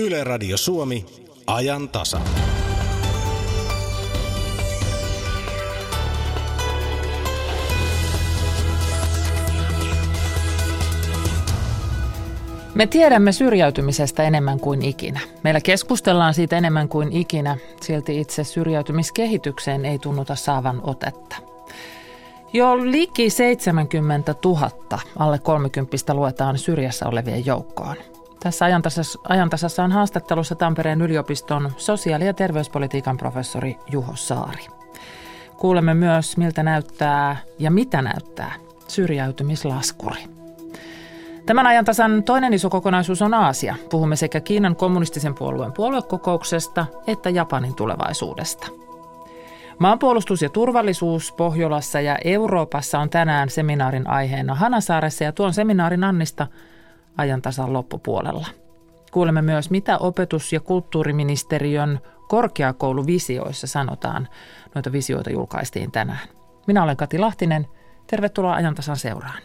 Yle Radio Suomi, ajan tasa. Me tiedämme syrjäytymisestä enemmän kuin ikinä. Meillä keskustellaan siitä enemmän kuin ikinä, silti itse syrjäytymiskehitykseen ei tunnuta saavan otetta. Jo liki 70 000 alle 30 luetaan syrjässä olevien joukkoon. Tässä ajantasassa on haastattelussa Tampereen yliopiston sosiaali- ja terveyspolitiikan professori Juho Saari. Kuulemme myös, miltä näyttää ja mitä näyttää syrjäytymislaskuri. Tämän ajantasan toinen iso kokonaisuus on Aasia. Puhumme sekä Kiinan kommunistisen puolueen puoluekokouksesta että Japanin tulevaisuudesta. Maanpuolustus ja turvallisuus Pohjolassa ja Euroopassa on tänään seminaarin aiheena Hanasaaressa ja tuon seminaarin Annista ajantasan loppupuolella. Kuulemme myös, mitä opetus- ja kulttuuriministeriön korkeakouluvisioissa sanotaan. Noita visioita julkaistiin tänään. Minä olen Kati Lahtinen. Tervetuloa ajantasan seuraan.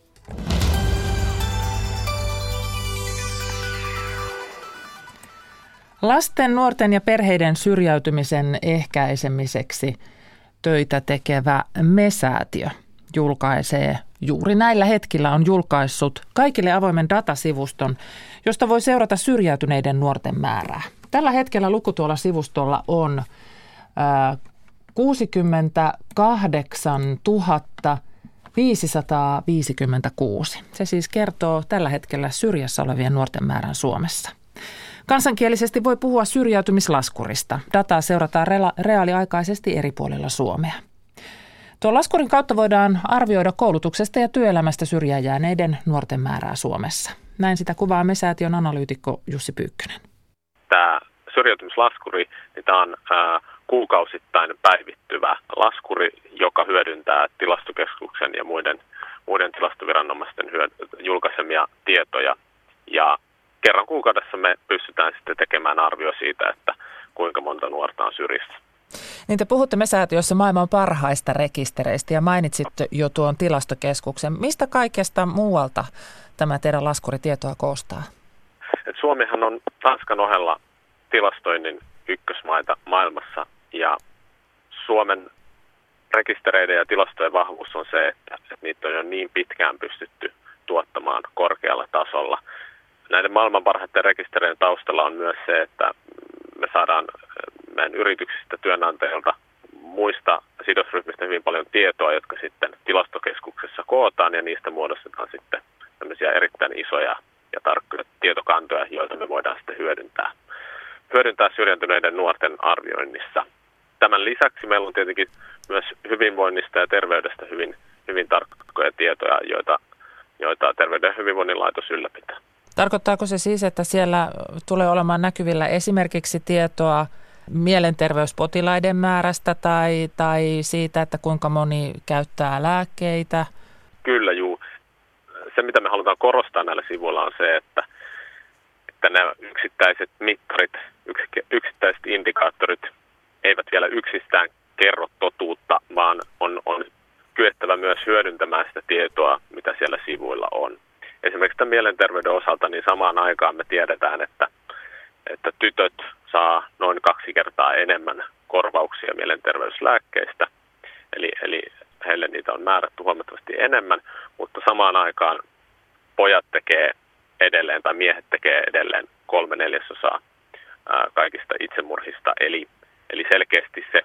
Lasten, nuorten ja perheiden syrjäytymisen ehkäisemiseksi töitä tekevä Me-säätiö julkaisee juuri näillä hetkillä on julkaissut kaikille avoimen datasivuston, josta voi seurata syrjäytyneiden nuorten määrää. Tällä hetkellä luku tuolla sivustolla on 68 556. Se siis kertoo tällä hetkellä syrjässä olevien nuorten määrän Suomessa. Kansankielisesti voi puhua syrjäytymislaskurista. Dataa seurataan reaaliaikaisesti eri puolilla Suomea. Tuon laskurin kautta voidaan arvioida koulutuksesta ja työelämästä syrjään jääneiden nuorten määrää Suomessa. Näin sitä kuvaa Me-säätiön analyytikko Jussi Pyykkönen. Tämä syrjäytymislaskuri, niin tämä on kuukausittain päivittyvä laskuri, joka hyödyntää Tilastokeskuksen ja muiden tilastoviranomaisten julkaisemia tietoja. Ja kerran kuukaudessa me pystytään sitten tekemään arvio siitä, että kuinka monta nuorta on syrjässä. Niin te puhutte Me-säätiössä maailman parhaista rekistereistä ja mainitsit jo tuon Tilastokeskuksen. Mistä kaikesta muualta tämä teidän laskuritietoa koostaa? Suomihan on Tanskan ohella tilastoinnin ykkösmaita maailmassa ja Suomen rekistereiden ja tilastojen vahvuus on se, että niitä on jo niin pitkään pystytty tuottamaan korkealla tasolla. Näiden maailman parhaiten rekistereiden taustalla on myös se, että me saadaan meidän yrityksistä, työnantajilta, muista sidosryhmistä hyvin paljon tietoa, jotka sitten Tilastokeskuksessa kootaan ja niistä muodostetaan sitten tämmöisiä erittäin isoja ja tarkkoja tietokantoja, joita me voidaan sitten hyödyntää syrjäytyneiden nuorten arvioinnissa. Tämän lisäksi meillä on tietenkin myös hyvinvoinnista ja terveydestä hyvin tarkkoja tietoja, joita Terveyden ja hyvinvoinnin laitos ylläpitää. Tarkoittaako se siis, että siellä tulee olemaan näkyvillä esimerkiksi tietoa mielenterveyspotilaiden määrästä tai siitä, että kuinka moni käyttää lääkkeitä? Kyllä, juu. Se, mitä me halutaan korostaa näillä sivuilla on se, että nämä yksittäiset mittarit, yksittäiset indikaattorit eivät vielä yksistään kerro totuutta, vaan on kyettävä myös hyödyntämään sitä tietoa, mitä siellä sivuilla on. Esimerkiksi tämän mielenterveyden osalta niin samaan aikaan me tiedetään, että tytöt saa noin 2 kertaa enemmän korvauksia mielenterveyslääkkeistä, eli heille niitä on määrätty huomattavasti enemmän, mutta samaan aikaan pojat tekee edelleen tai miehet tekee edelleen 3/4 kaikista itsemurhista, eli selkeästi se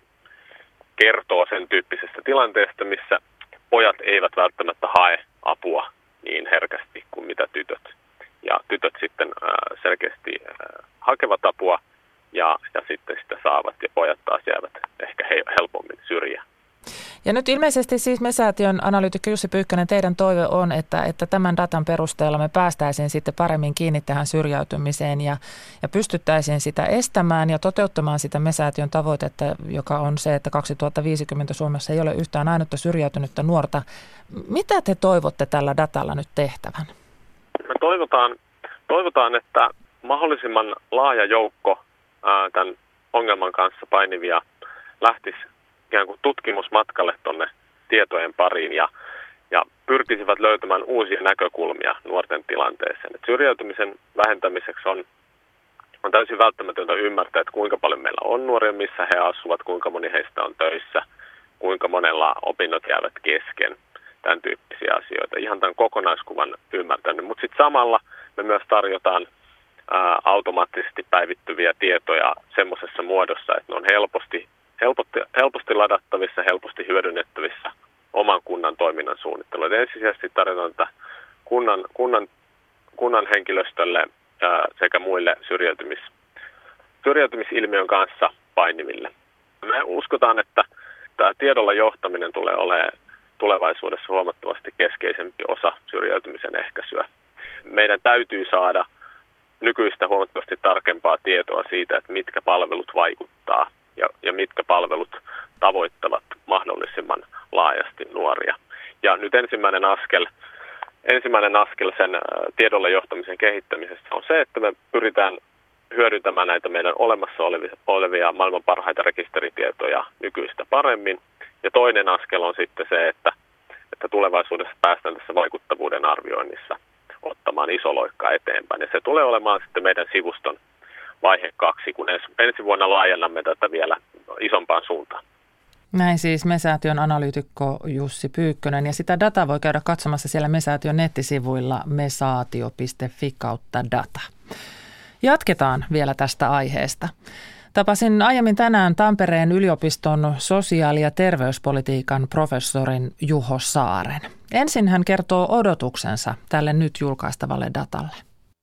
kertoo sen tyyppisestä tilanteesta, missä pojat eivät välttämättä hae apua niin herkästi kuin mitä tytöt. Ja tytöt sitten selkeästi hakevat apua ja sitten sitä saavat ja pojat taas jäävät ehkä helpommin syrjään. Ja nyt ilmeisesti siis Me-säätiön analyytikko Jussi Pyykkönen, teidän toive on, että tämän datan perusteella me päästäisiin sitten paremmin kiinni tähän syrjäytymiseen ja pystyttäisiin sitä estämään ja toteuttamaan sitä Me-säätiön tavoitetta, joka on se, että 2050 Suomessa ei ole yhtään ainutta syrjäytynyttä nuorta. Mitä te toivotte tällä datalla nyt tehtävän? Me toivotaan, että mahdollisimman laaja joukko tämän ongelman kanssa painivia lähtisi ikään kuin tutkimusmatkalle tuonne tietojen pariin ja pyrkisivät löytämään uusia näkökulmia nuorten tilanteeseen. Et syrjäytymisen vähentämiseksi on täysin välttämätöntä ymmärtää, että kuinka paljon meillä on nuoria, missä he asuvat, kuinka moni heistä on töissä, kuinka monella opinnot jäävät kesken, tämän tyyppisiä asioita. Ihan tämän kokonaiskuvan ymmärtänyt, mutta sitten samalla me myös tarjotaan automaattisesti päivittyviä tietoja semmoisessa muodossa, että ne on helposti ladattavissa, helposti hyödynnettävissä oman kunnan toiminnan suunnittelua. Ensisijaisesti tarjotaan tätä kunnan henkilöstölle sekä muille syrjäytymisilmiön kanssa painiville. Me uskotaan, että tämä tiedolla johtaminen tulee olemaan tulevaisuudessa huomattavasti keskeisempi osa syrjäytymisen ehkäisyä. Meidän täytyy saada nykyistä huomattavasti tarkempaa tietoa siitä, että mitkä palvelut vaikuttaa ja mitkä palvelut tavoittavat mahdollisimman laajasti nuoria. Ja nyt ensimmäinen askel sen tiedolla johtamisen kehittämisessä on se, että me pyritään hyödyntämään näitä meidän olemassa olevia maailman parhaita rekisteritietoja nykyistä paremmin. Ja toinen askel on sitten se, että tulevaisuudessa päästään tässä vaikuttavuuden arvioinnissa ottamaan iso loikka eteenpäin. Ja se tulee olemaan sitten meidän sivuston vaihe 2, kun ensi vuonna laajennamme tätä vielä isompaan suuntaan. Näin siis Me-säätiön analyytikko Jussi Pyykkönen, ja sitä dataa voi käydä katsomassa siellä Me-säätiön nettisivuilla mesaatio.fi/data. Jatketaan vielä tästä aiheesta. Tapasin aiemmin tänään Tampereen yliopiston sosiaali- ja terveyspolitiikan professorin Juho Saaren. Ensin hän kertoo odotuksensa tälle nyt julkaistavalle datalle.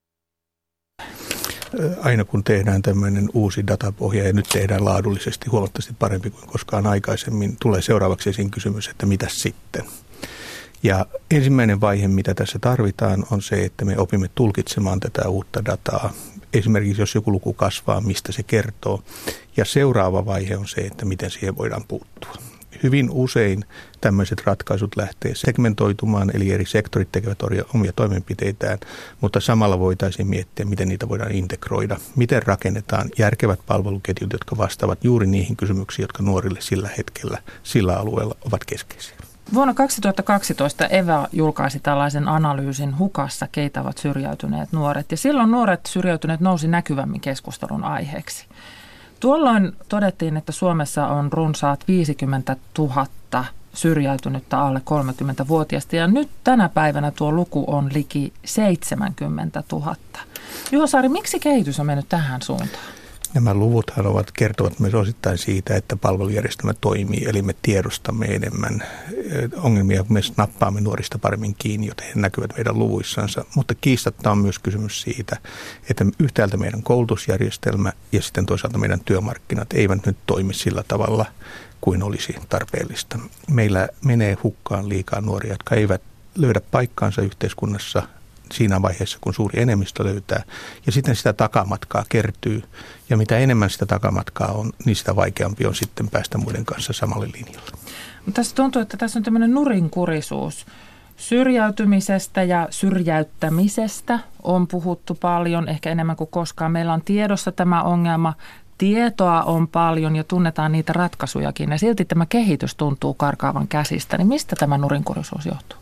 Aina kun tehdään tämmöinen uusi datapohja ja nyt tehdään laadullisesti huomattavasti parempi kuin koskaan aikaisemmin, tulee seuraavaksi esiin kysymys, että mitäs sitten? Ja ensimmäinen vaihe, mitä tässä tarvitaan, on se, että me opimme tulkitsemaan tätä uutta dataa. Esimerkiksi jos joku luku kasvaa, mistä se kertoo. Ja seuraava vaihe on se, että miten siihen voidaan puuttua. Hyvin usein tämmöiset ratkaisut lähtee segmentoitumaan, eli eri sektorit tekevät omia toimenpiteitään, mutta samalla voitaisiin miettiä, miten niitä voidaan integroida. Miten rakennetaan järkevät palveluketjut, jotka vastaavat juuri niihin kysymyksiin, jotka nuorille sillä hetkellä, sillä alueella ovat keskeisiä. Vuonna 2012 EVA julkaisi tällaisen analyysin Hukassa, keitä ovat syrjäytyneet nuoret. Ja silloin nuoret syrjäytyneet nousi näkyvämmin keskustelun aiheeksi. Tuolloin todettiin, että Suomessa on runsaat 50 000 syrjäytynyttä alle 30-vuotiaista. Ja nyt tänä päivänä tuo luku on liki 70 000. Juho Saari, miksi kehitys on mennyt tähän suuntaan? Nämä luvuthan kertovat myös osittain siitä, että palvelujärjestelmä toimii, eli me tiedostamme enemmän ongelmia, me nappaamme nuorista paremmin kiinni, joten he näkyvät meidän luvuissansa. Mutta kiistatta on myös kysymys siitä, että yhtäältä meidän koulutusjärjestelmä ja sitten toisaalta meidän työmarkkinat eivät nyt toimi sillä tavalla kuin olisi tarpeellista. Meillä menee hukkaan liikaa nuoria, jotka eivät löydä paikkaansa yhteiskunnassa siinä vaiheessa, kun suuri enemmistö löytää. Ja sitten sitä takamatkaa kertyy. Ja mitä enemmän sitä takamatkaa on, niin sitä vaikeampi on sitten päästä muiden kanssa samalle linjalle. Tässä tuntuu, että tässä on tämmöinen nurinkurisuus. Syrjäytymisestä ja syrjäyttämisestä on puhuttu paljon, ehkä enemmän kuin koskaan. Meillä on tiedossa tämä ongelma. Tietoa on paljon ja tunnetaan niitä ratkaisujakin. Ja silti tämä kehitys tuntuu karkaavan käsistä. Niin mistä tämä nurinkurisuus johtuu?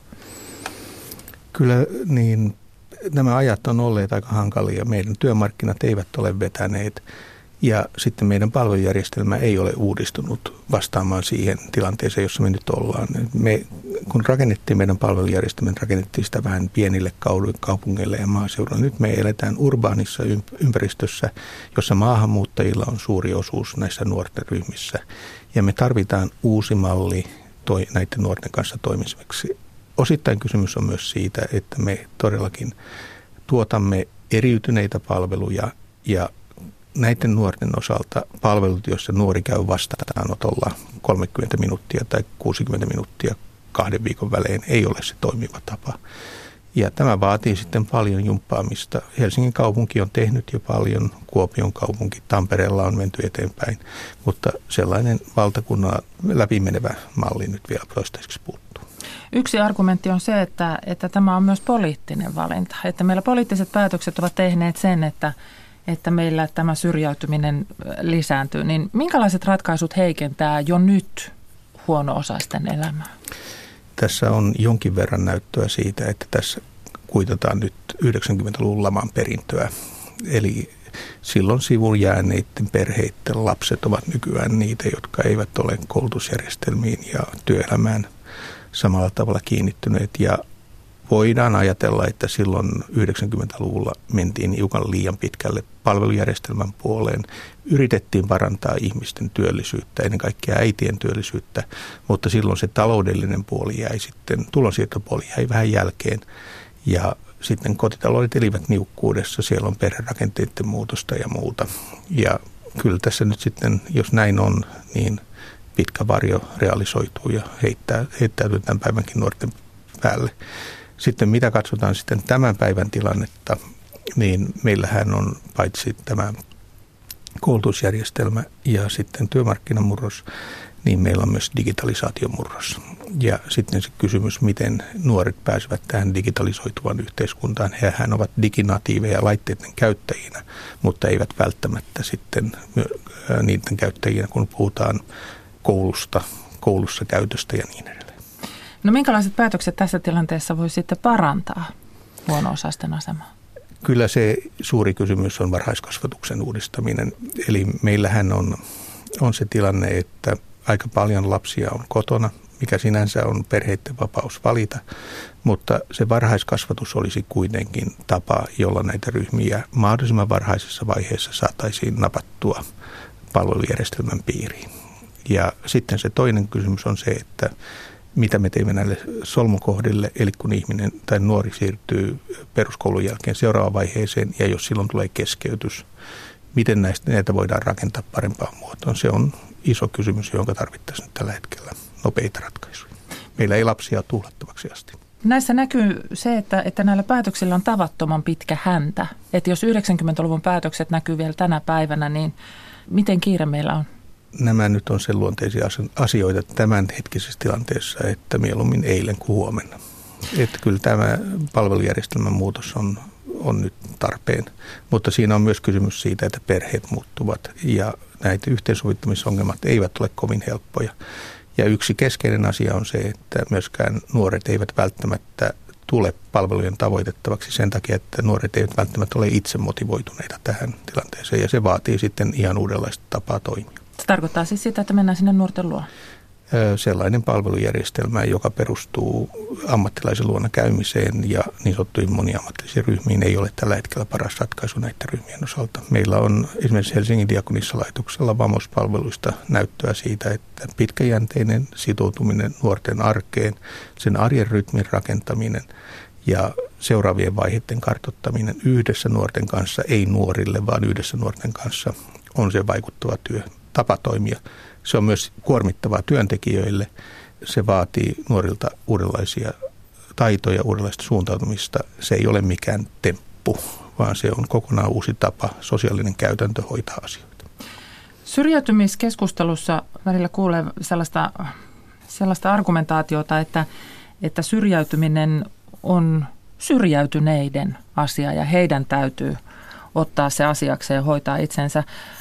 Kyllä niin, nämä ajat on olleet aika hankalia. Meidän työmarkkinat eivät ole vetäneet ja sitten meidän palvelujärjestelmä ei ole uudistunut vastaamaan siihen tilanteeseen, jossa me nyt ollaan. Kun rakennettiin meidän palvelujärjestelmä, rakennettiin sitä vähän pienille kaupungeille ja maaseudulla. Nyt me eletään urbaanissa ympäristössä, jossa maahanmuuttajilla on suuri osuus näissä nuorten ryhmissä. Ja me tarvitaan uusi malli näiden nuorten kanssa toimimiseksi. Osittain kysymys on myös siitä, että me todellakin tuotamme eriytyneitä palveluja ja näiden nuorten osalta palvelut, joissa nuori käy vastaanotolla 30 minuuttia tai 60 minuuttia 2 viikon välein, ei ole se toimiva tapa. Ja tämä vaatii sitten paljon jumppaamista. Helsingin kaupunki on tehnyt jo paljon, Kuopion kaupunki, Tampereella on menty eteenpäin, mutta sellainen valtakunnan läpimenevä malli nyt vielä toistaiseksi puuttuu. Yksi argumentti on se, että tämä on myös poliittinen valinta. Että meillä poliittiset päätökset ovat tehneet sen, että meillä tämä syrjäytyminen lisääntyy. Niin minkälaiset ratkaisut heikentää jo nyt huono-osaisten elämää? Tässä on jonkin verran näyttöä siitä, että tässä kuitataan nyt 90-luvun laman perintöä. Eli silloin sivuun jääneiden perheiden lapset ovat nykyään niitä, jotka eivät ole koulutusjärjestelmiin ja työelämään samalla tavalla kiinnittyneet. Ja voidaan ajatella, että silloin 90-luvulla mentiin hiukan liian pitkälle palvelujärjestelmän puoleen. Yritettiin parantaa ihmisten työllisyyttä, ennen kaikkea äitien työllisyyttä, mutta silloin se taloudellinen puoli jäi sitten, tulonsiirtopuoli jäi vähän jälkeen. Ja sitten kotitaloudet elivät niukkuudessa, siellä on perherakenteiden muutosta ja muuta. Ja kyllä tässä nyt sitten, jos näin on, niin pitkä varjo realisoituu ja heittäytyy tämän päivänkin nuorten päälle. Sitten mitä katsotaan sitten tämän päivän tilannetta, niin meillähän on paitsi tämä koulutusjärjestelmä ja sitten työmarkkinamurros, niin meillä on myös digitalisaatiomurros. Ja sitten se kysymys, miten nuoret pääsevät tähän digitalisoituvan yhteiskuntaan. Hehän ovat diginatiiveja laitteiden käyttäjinä, mutta eivät välttämättä sitten niiden käyttäjinä, kun puhutaan koulussa käytöstä ja niin edelleen. No minkälaiset päätökset tässä tilanteessa voi sitten parantaa huono-osaisten asemaa? Kyllä se suuri kysymys on varhaiskasvatuksen uudistaminen. Eli meillähän on se tilanne, että aika paljon lapsia on kotona, mikä sinänsä on perheiden vapaus valita, mutta se varhaiskasvatus olisi kuitenkin tapa, jolla näitä ryhmiä mahdollisimman varhaisessa vaiheessa saataisiin napattua palvelujärjestelmän piiriin. Ja sitten se toinen kysymys on se, että mitä me teemme näille solmukohdille, eli kun ihminen tai nuori siirtyy peruskoulun jälkeen seuraavaan vaiheeseen, ja jos silloin tulee keskeytys, miten näitä voidaan rakentaa parempaan muotoon. Se on iso kysymys, jonka tarvittaisiin tällä hetkellä nopeita ratkaisuja. Meillä ei lapsia tuhlattavaksi asti. Näissä näkyy se, että näillä päätöksillä on tavattoman pitkä häntä. Että jos 90-luvun päätökset näkyy vielä tänä päivänä, niin miten kiire meillä on? Nämä nyt on sen luonteisia asioita tämänhetkisessä tilanteessa, että mieluummin eilen kuin huomenna. Että kyllä tämä palvelujärjestelmän muutos on nyt tarpeen, mutta siinä on myös kysymys siitä, että perheet muuttuvat ja näitä yhteensovittamisongelmat eivät ole kovin helppoja. Ja yksi keskeinen asia on se, että myöskään nuoret eivät välttämättä tule palvelujen tavoitettavaksi sen takia, että nuoret eivät välttämättä ole itse motivoituneita tähän tilanteeseen ja se vaatii sitten ihan uudenlaista tapaa toimia. Se tarkoittaa siis sitä, että mennään sinne nuorten luo? Sellainen palvelujärjestelmä, joka perustuu ammattilaisen luona käymiseen ja niin sanottuihin moniammatillisiin ryhmiin, ei ole tällä hetkellä paras ratkaisu näiden ryhmien osalta. Meillä on esimerkiksi Helsingin Diakonissalaitoksella VAMOS-palveluista näyttöä siitä, että pitkäjänteinen sitoutuminen nuorten arkeen, sen arjen rytmin rakentaminen ja seuraavien vaiheiden kartoittaminen yhdessä nuorten kanssa, ei nuorille, vaan yhdessä nuorten kanssa on se vaikuttava tapa toimia. Se on myös kuormittavaa työntekijöille. Se vaatii nuorilta uudenlaisia taitoja, uudenlaista suuntautumista. Se ei ole mikään temppu, vaan se on kokonaan uusi tapa, sosiaalinen käytäntö hoitaa asioita. Syrjäytymiskeskustelussa välillä kuulee sellaista argumentaatiota, että syrjäytyminen on syrjäytyneiden asia ja heidän täytyy ottaa se asiakseen ja hoitaa itsensä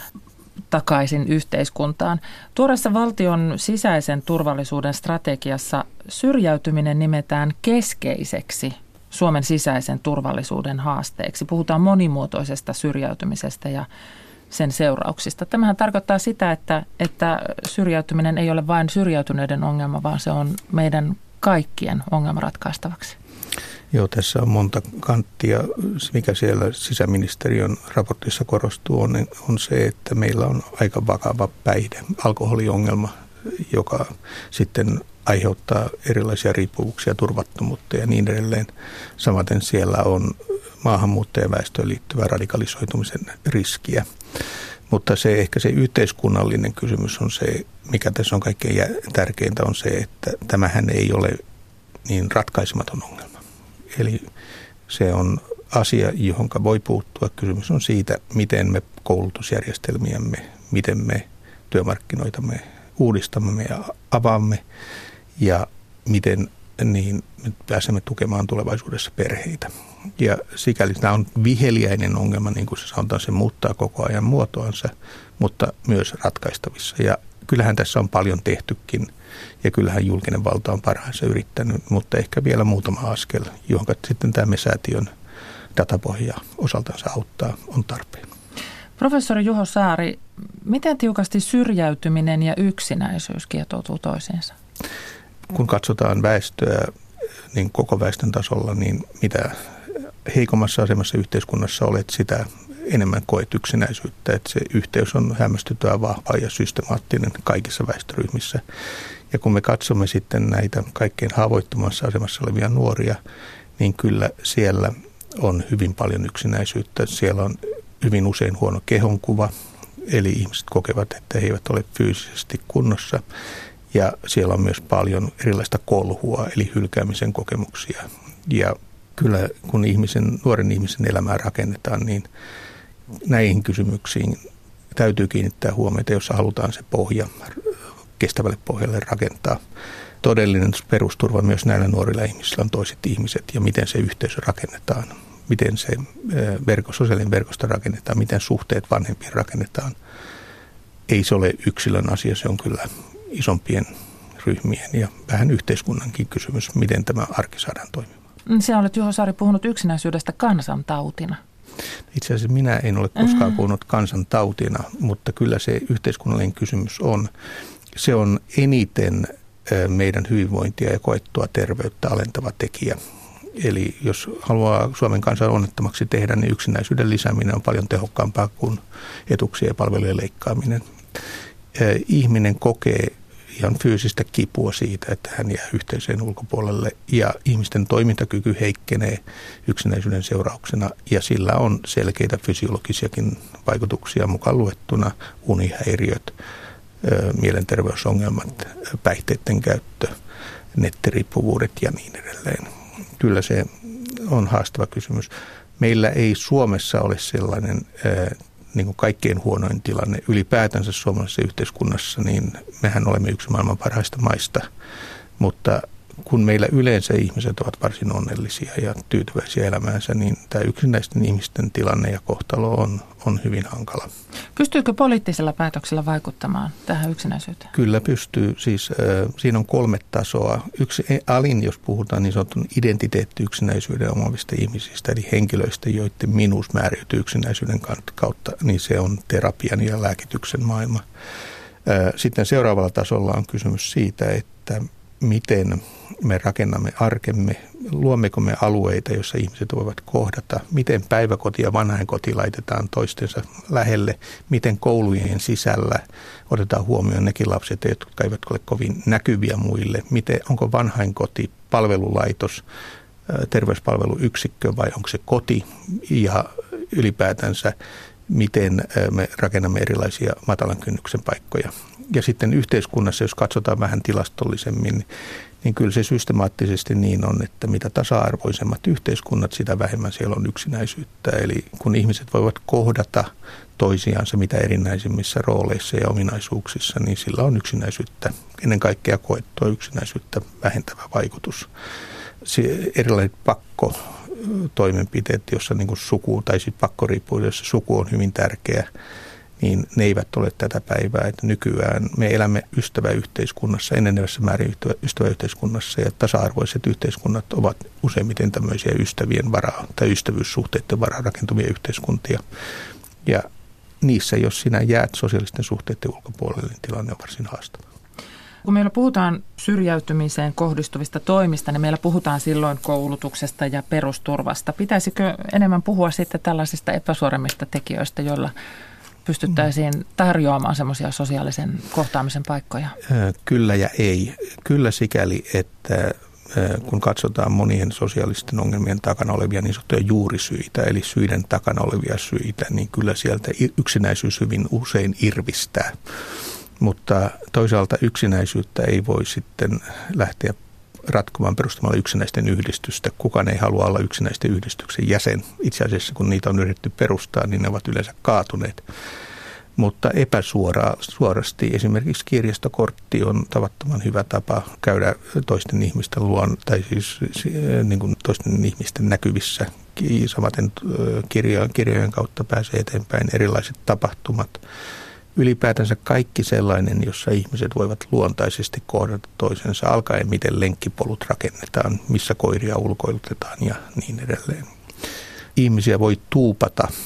takaisin yhteiskuntaan. Tuoreessa valtion sisäisen turvallisuuden strategiassa syrjäytyminen nimetään keskeiseksi Suomen sisäisen turvallisuuden haasteeksi. Puhutaan monimuotoisesta syrjäytymisestä ja sen seurauksista. Tämähän tarkoittaa sitä, että syrjäytyminen ei ole vain syrjäytyneiden ongelma, vaan se on meidän kaikkien ongelma ratkaistavaksi. Joo, tässä on monta kanttia. Mikä siellä sisäministeriön raportissa korostuu on se, että meillä on aika vakava alkoholiongelma, joka sitten aiheuttaa erilaisia riippuvuuksia, turvattomuutta ja niin edelleen. Samaten siellä on maahanmuuttajaväestöön liittyvää radikalisoitumisen riskiä. Mutta ehkä se yhteiskunnallinen kysymys on se, mikä tässä on kaikkein tärkeintä, on se, että tämähän ei ole niin ratkaisematon ongelma. Eli se on asia, johon voi puuttua. Kysymys on siitä, miten me koulutusjärjestelmiämme, miten me työmarkkinoitamme uudistamme ja avaamme ja miten niin me pääsemme tukemaan tulevaisuudessa perheitä. Ja sikäli tämä on viheliäinen ongelma, niin kuin se sanotaan, se muuttaa koko ajan muotoansa, mutta myös ratkaistavissa. Ja kyllähän tässä on paljon tehtykin ja kyllähän julkinen valta on parhaansa yrittänyt, mutta ehkä vielä muutama askel, johon sitten tämä MES-säätiön datapohja osaltansa auttaa, on tarpeen. Professori Juho Saari, miten tiukasti syrjäytyminen ja yksinäisyys kietoutuu toisiinsa? Kun katsotaan väestöä niin koko väestön tasolla, niin mitä heikommassa asemassa yhteiskunnassa olet, sitä enemmän koet yksinäisyyttä. Että se yhteys on hämmästyttävän vahva ja systemaattinen kaikissa väestöryhmissä. Ja kun me katsomme sitten näitä kaikkein haavoittumassa asemassa olevia nuoria, niin kyllä siellä on hyvin paljon yksinäisyyttä. Siellä on hyvin usein huono kehonkuva, eli ihmiset kokevat, että he eivät ole fyysisesti kunnossa. Ja siellä on myös paljon erilaista kolhua, eli hylkäämisen kokemuksia. Ja kyllä kun nuoren ihmisen elämää rakennetaan, niin näihin kysymyksiin täytyy kiinnittää huomiota, jos halutaan se pohja kestävälle pohjalle rakentaa. Todellinen perusturva myös näillä nuorilla ihmisillä on toiset ihmiset ja miten se yhteisö rakennetaan, miten se sosiaalinen verkosto rakennetaan, miten suhteet vanhempiin rakennetaan. Ei se ole yksilön asia, se on kyllä isompien ryhmien ja vähän yhteiskunnankin kysymys, miten tämä arki saadaan toimimaan. Sinä olet, Juho Saari, puhunut yksinäisyydestä kansantautina. Itse asiassa minä en ole koskaan puhunut kansantautina, mutta kyllä se yhteiskunnallinen kysymys on. Se on eniten meidän hyvinvointia ja koettua terveyttä alentava tekijä. Eli jos haluaa Suomen kansan onnettomaksi tehdä, niin yksinäisyyden lisääminen on paljon tehokkaampaa kuin etuuksien ja palvelujen leikkaaminen. Ihminen kokee ihan fyysistä kipua siitä, että hän jää yhteiseen ulkopuolelle ja ihmisten toimintakyky heikkenee yksinäisyyden seurauksena ja sillä on selkeitä fysiologisiakin vaikutuksia mukaan luettuna unihäiriöt, mielenterveysongelmat, päihteiden käyttö, nettiriippuvuudet ja niin edelleen. Kyllä se on haastava kysymys. Meillä ei Suomessa ole sellainen niin kuin kaikkein huonoin tilanne. Ylipäätänsä suomalaisessa yhteiskunnassa, niin mehän olemme yksi maailman parhaista maista, mutta kun meillä yleensä ihmiset ovat varsin onnellisia ja tyytyväisiä elämäänsä, niin tämä yksinäisten ihmisten tilanne ja kohtalo on hyvin hankala. Pystyykö poliittisella päätöksellä vaikuttamaan tähän yksinäisyyteen? Kyllä pystyy. Siis siinä on 3 tasoa. Yksi alin, jos puhutaan niin sanotun identiteetti-yksinäisyyden omaavista ihmisistä, eli henkilöistä, joiden minuus määräytyy yksinäisyyden kautta, niin se on terapian ja lääkityksen maailma. Sitten seuraavalla tasolla on kysymys siitä, että miten me rakennamme arkemme, luommeko me alueita, joissa ihmiset voivat kohdata, miten päiväkoti ja vanhainkoti laitetaan toistensa lähelle, miten koulujen sisällä otetaan huomioon nekin lapset, jotka eivät ole kovin näkyviä muille, onko vanhainkoti, palvelulaitos, terveyspalveluyksikkö vai onko se koti ja ylipäätänsä miten me rakennamme erilaisia matalan kynnyksen paikkoja. Ja sitten yhteiskunnassa, jos katsotaan vähän tilastollisemmin, niin kyllä se systemaattisesti niin on, että mitä tasa-arvoisemmat yhteiskunnat, sitä vähemmän siellä on yksinäisyyttä. Eli kun ihmiset voivat kohdata toisiansa mitä erinäisimmissä rooleissa ja ominaisuuksissa, niin sillä on yksinäisyyttä, ennen kaikkea koettua yksinäisyyttä vähentävä vaikutus. Erilaiset pakkotoimenpiteet, jossa niin kuin suku tai sitten pakkoriippuvuudessa suku on hyvin tärkeä, niin ne eivät ole tätä päivää. Että nykyään me elämme ystäväyhteiskunnassa, enenevässä määrin ystäväyhteiskunnassa, ja tasa-arvoiset yhteiskunnat ovat useimmiten tämmöisiä ystävien varaa tai ystävyyssuhteiden varaa rakentuvia yhteiskuntia. Ja niissä, jos sinä jäät sosiaalisten suhteiden ulkopuolelle, niin tilanne on varsin haastava. Kun meillä puhutaan syrjäytymiseen kohdistuvista toimista, niin meillä puhutaan silloin koulutuksesta ja perusturvasta. Pitäisikö enemmän puhua sitten tällaisista epäsuoremmista tekijöistä, joilla pystyttäisiin tarjoamaan semmoisia sosiaalisen kohtaamisen paikkoja? Kyllä ja ei. Kyllä sikäli, että kun katsotaan monien sosiaalisten ongelmien takana olevia niin sanottuja juurisyitä, eli syiden takana olevia syitä, niin kyllä sieltä yksinäisyys hyvin usein irvistää. Mutta toisaalta yksinäisyyttä ei voi sitten lähteä ratkomaan perustamalla yksinäisten yhdistystä. Kukaan ei halua olla yksinäisten yhdistyksen jäsen. Itse asiassa kun niitä on yritetty perustaa, niin ne ovat yleensä kaatuneet. Mutta epäsuorasti esimerkiksi kirjastokortti on tavattoman hyvä tapa käydä toisten ihmisten luon, tai siis niin kuin toisten ihmisten näkyvissä. Samaten kirjojen kautta pääsee eteenpäin, erilaiset tapahtumat. Ylipäätänsä kaikki sellainen, jossa ihmiset voivat luontaisesti kohdata toisensa, alkaen miten lenkkipolut rakennetaan, missä koiria ulkoilutetaan ja niin edelleen. Ihmisiä voi tuupata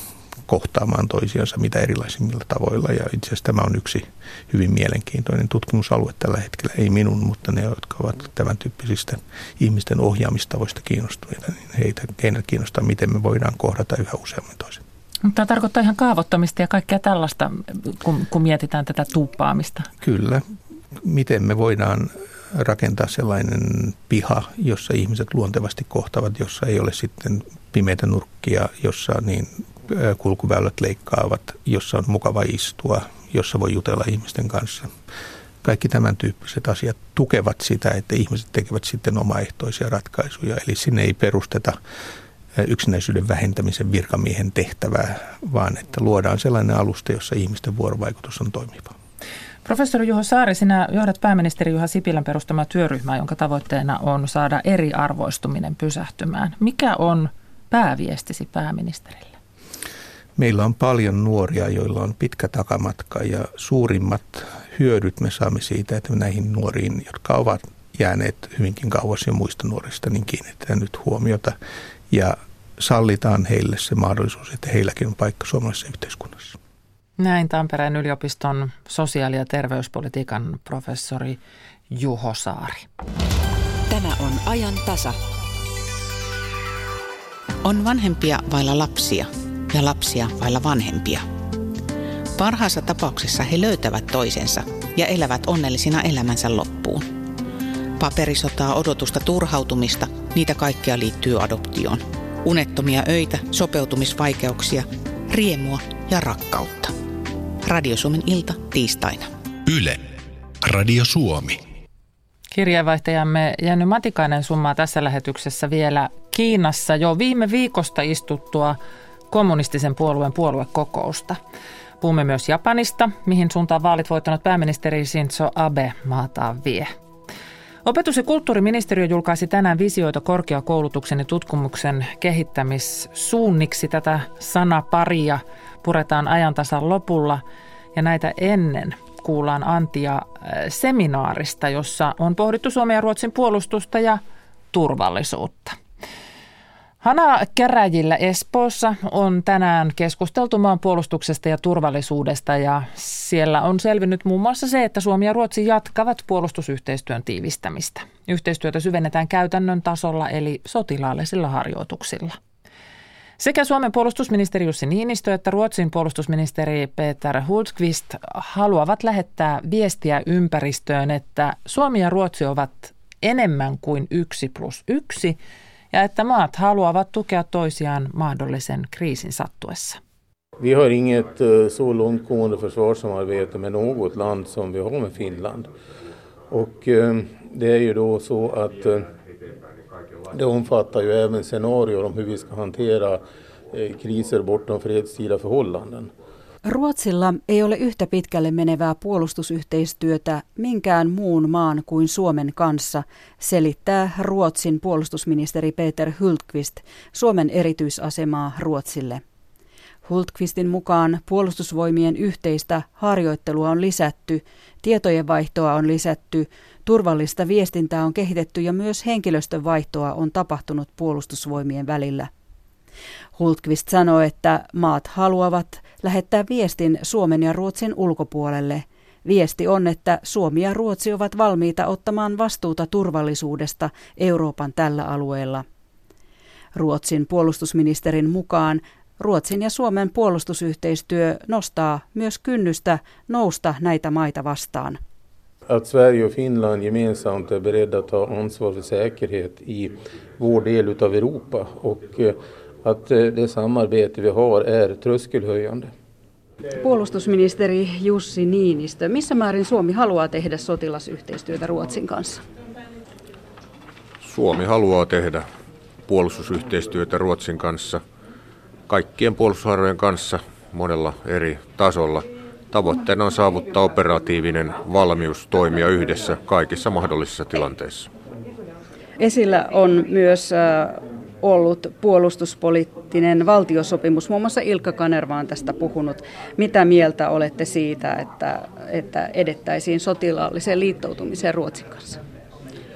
kohtaamaan toisiansa mitä erilaisimmilla tavoilla. Ja itse asiassa tämä on yksi hyvin mielenkiintoinen tutkimusalue tällä hetkellä. Ei minun, mutta ne, jotka ovat tämän tyyppisistä ihmisten ohjaamistavoista kiinnostuneita, niin heitä kiinnostaa, miten me voidaan kohdata yhä useammin toisen. Tämä tarkoittaa ihan kaavoittamista ja kaikkea tällaista, kun mietitään tätä tuuppaamista. Kyllä. Miten me voidaan rakentaa sellainen piha, jossa ihmiset luontevasti kohtavat, jossa ei ole sitten pimeitä nurkkia, jossa niin kulkuväylät leikkaavat, jossa on mukava istua, jossa voi jutella ihmisten kanssa. Kaikki tämän tyyppiset asiat tukevat sitä, että ihmiset tekevät sitten omaehtoisia ratkaisuja. Eli sinne ei perusteta yksinäisyyden vähentämisen virkamiehen tehtävää, vaan että luodaan sellainen alusta, jossa ihmisten vuorovaikutus on toimiva. Professori Juho Saari, sinä johdat pääministeri Juha Sipilän perustamaa työryhmää, jonka tavoitteena on saada eriarvoistuminen pysähtymään. Mikä on pääviestisi pääministerille? Meillä on paljon nuoria, joilla on pitkä takamatka ja suurimmat hyödyt me saamme siitä, että näihin nuoriin, jotka ovat jääneet hyvinkin kauas jo muista nuorista, niin kiinnitetään nyt huomiota ja sallitaan heille se mahdollisuus, että heilläkin on paikka suomalaisessa yhteiskunnassa. Näin Tampereen yliopiston sosiaali- ja terveyspolitiikan professori Juho Saari. Tämä on ajan tasa. On vanhempia vailla lapsia ja lapsia vailla vanhempia. Parhaassa tapauksessa he löytävät toisensa ja elävät onnellisina elämänsä loppuun. Paperisotaa, odotusta, turhautumista, niitä kaikkea liittyy adoptioon. Unettomia öitä, sopeutumisvaikeuksia, riemua ja rakkautta. Radio Suomen ilta tiistaina. Yle. Radio Suomi. Kirjeenvaihtajamme Jenny Matikainen summaa tässä lähetyksessä vielä Kiinassa jo viime viikosta istuttua kommunistisen puolueen puoluekokousta. Puhumme myös Japanista, mihin suuntaan vaalit voittanut pääministeri Shinzo Abe maataan vie. Opetus- ja kulttuuriministeriö julkaisi tänään visioita korkeakoulutuksen ja tutkimuksen kehittämissuunniksi. Tätä sanaparia puretaan ajantasan lopulla ja näitä ennen kuullaan Antia seminaarista, jossa on pohdittu Suomen ja Ruotsin puolustusta ja turvallisuutta. Hanakäräjillä Espoossa on tänään keskusteltu maan puolustuksesta ja turvallisuudesta ja siellä on selvinnyt muun muassa se, että Suomi ja Ruotsi jatkavat puolustusyhteistyön tiivistämistä. Yhteistyötä syvennetään käytännön tasolla eli sotilaallisilla harjoituksilla. Sekä Suomen puolustusministeri Jussi Niinistö että Ruotsin puolustusministeri Peter Hultqvist haluavat lähettää viestiä ympäristöön, että Suomi ja Ruotsi ovat enemmän kuin 1+1 ja että maat haluavat tukea toisiaan mahdollisen kriisin sattuessa. Vi har inget så långtgående försvarssamarbete med något land som vi har med Finland. Och det är ju då så att det omfattar ju även scenarier om hur vi ska hantera kriser bortom fredstida förhållanden. Ruotsilla ei ole yhtä pitkälle menevää puolustusyhteistyötä minkään muun maan kuin Suomen kanssa, selittää Ruotsin puolustusministeri Peter Hultqvist Suomen erityisasemaa Ruotsille. Hultqvistin mukaan puolustusvoimien yhteistä harjoittelua on lisätty, tietojenvaihtoa on lisätty, turvallista viestintää on kehitetty ja myös henkilöstön vaihtoa on tapahtunut puolustusvoimien välillä. Hultqvist sanoi, että maat haluavat lähettää viestin Suomen ja Ruotsin ulkopuolelle. Viesti on, että Suomi ja Ruotsi ovat valmiita ottamaan vastuuta turvallisuudesta Euroopan tällä alueella. Ruotsin puolustusministerin mukaan Ruotsin ja Suomen puolustusyhteistyö nostaa myös kynnystä nousta näitä maita vastaan. Att Sverige och Finland gemensamt är beredda att ta ansvar för säkerhet i vår del av Europa och att det samarbete vi har är tröskelhöjande. Puolustusministeri Jussi Niinistö, missä määrin Suomi haluaa tehdä sotilasyhteistyötä Ruotsin kanssa? Suomi haluaa tehdä puolustusyhteistyötä Ruotsin kanssa, kaikkien puolustushaarojen kanssa monella eri tasolla. Tavoitteena on saavuttaa operatiivinen valmius toimia yhdessä kaikissa mahdollisissa tilanteissa. Esillä on myös ollut puolustuspoliittinen valtiosopimus. Muun muassa Ilkka Kanerva on tästä puhunut. Mitä mieltä olette siitä, että edettäisiin sotilaalliseen liittoutumiseen Ruotsin kanssa?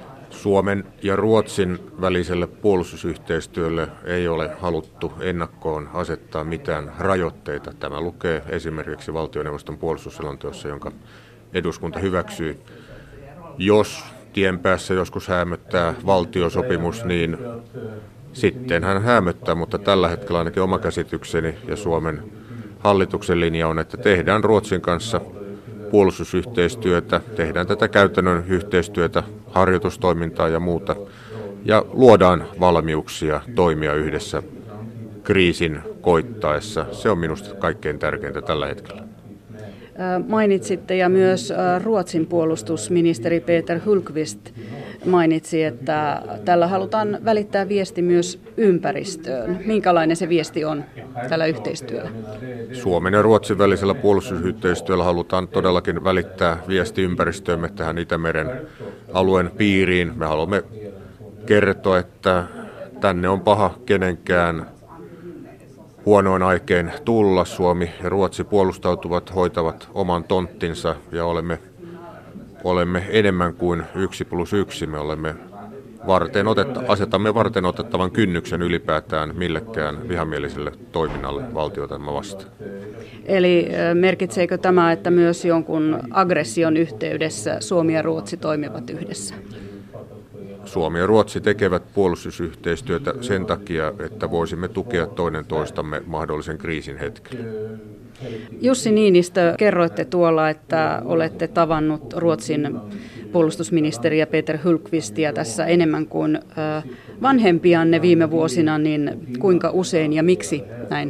Suomen ja Ruotsin väliselle puolustusyhteistyölle ei ole haluttu ennakkoon asettaa mitään rajoitteita. Tämä lukee esimerkiksi valtioneuvoston puolustusselonteossa, jonka eduskunta hyväksyi. Jos tien päässä joskus häämöttää valtiosopimus, niin sitten hän häämöttää, mutta tällä hetkellä ainakin oma käsitykseni ja Suomen hallituksen linja on, että tehdään Ruotsin kanssa puolustusyhteistyötä, tehdään tätä käytännön yhteistyötä, harjoitustoimintaa ja muuta, ja luodaan valmiuksia toimia yhdessä kriisin koittaessa. Se on minusta kaikkein tärkeintä tällä hetkellä. Mainitsitte ja myös Ruotsin puolustusministeri Peter Hultqvist mainitsi, että tällä halutaan välittää viesti myös ympäristöön. Minkälainen se viesti on tällä yhteistyöllä? Suomen ja Ruotsin välisellä puolustusyhteistyöllä halutaan todellakin välittää viesti ympäristöömme tähän Itämeren alueen piiriin. Me haluamme kertoa, että tänne on paha kenenkään huonoin aikein tulla. Suomi ja Ruotsi puolustautuvat, hoitavat oman tonttinsa ja olemme enemmän kuin 1+1. Me olemme asetamme varten otettavan kynnyksen ylipäätään millekään vihamieliselle toiminnalle valtiotamme vastaan. Eli merkitseekö tämä, että myös jonkun aggression yhteydessä Suomi ja Ruotsi toimivat yhdessä? Suomi ja Ruotsi tekevät puolustusyhteistyötä sen takia, että voisimme tukea toinen toistamme mahdollisen kriisin hetkellä. Jussi Niinistö, kerroitte tuolla, että olette tavannut Ruotsin puolustusministeriä Peter Hultqvistia tässä enemmän kuin vanhempianne viime vuosina, niin kuinka usein ja miksi näin?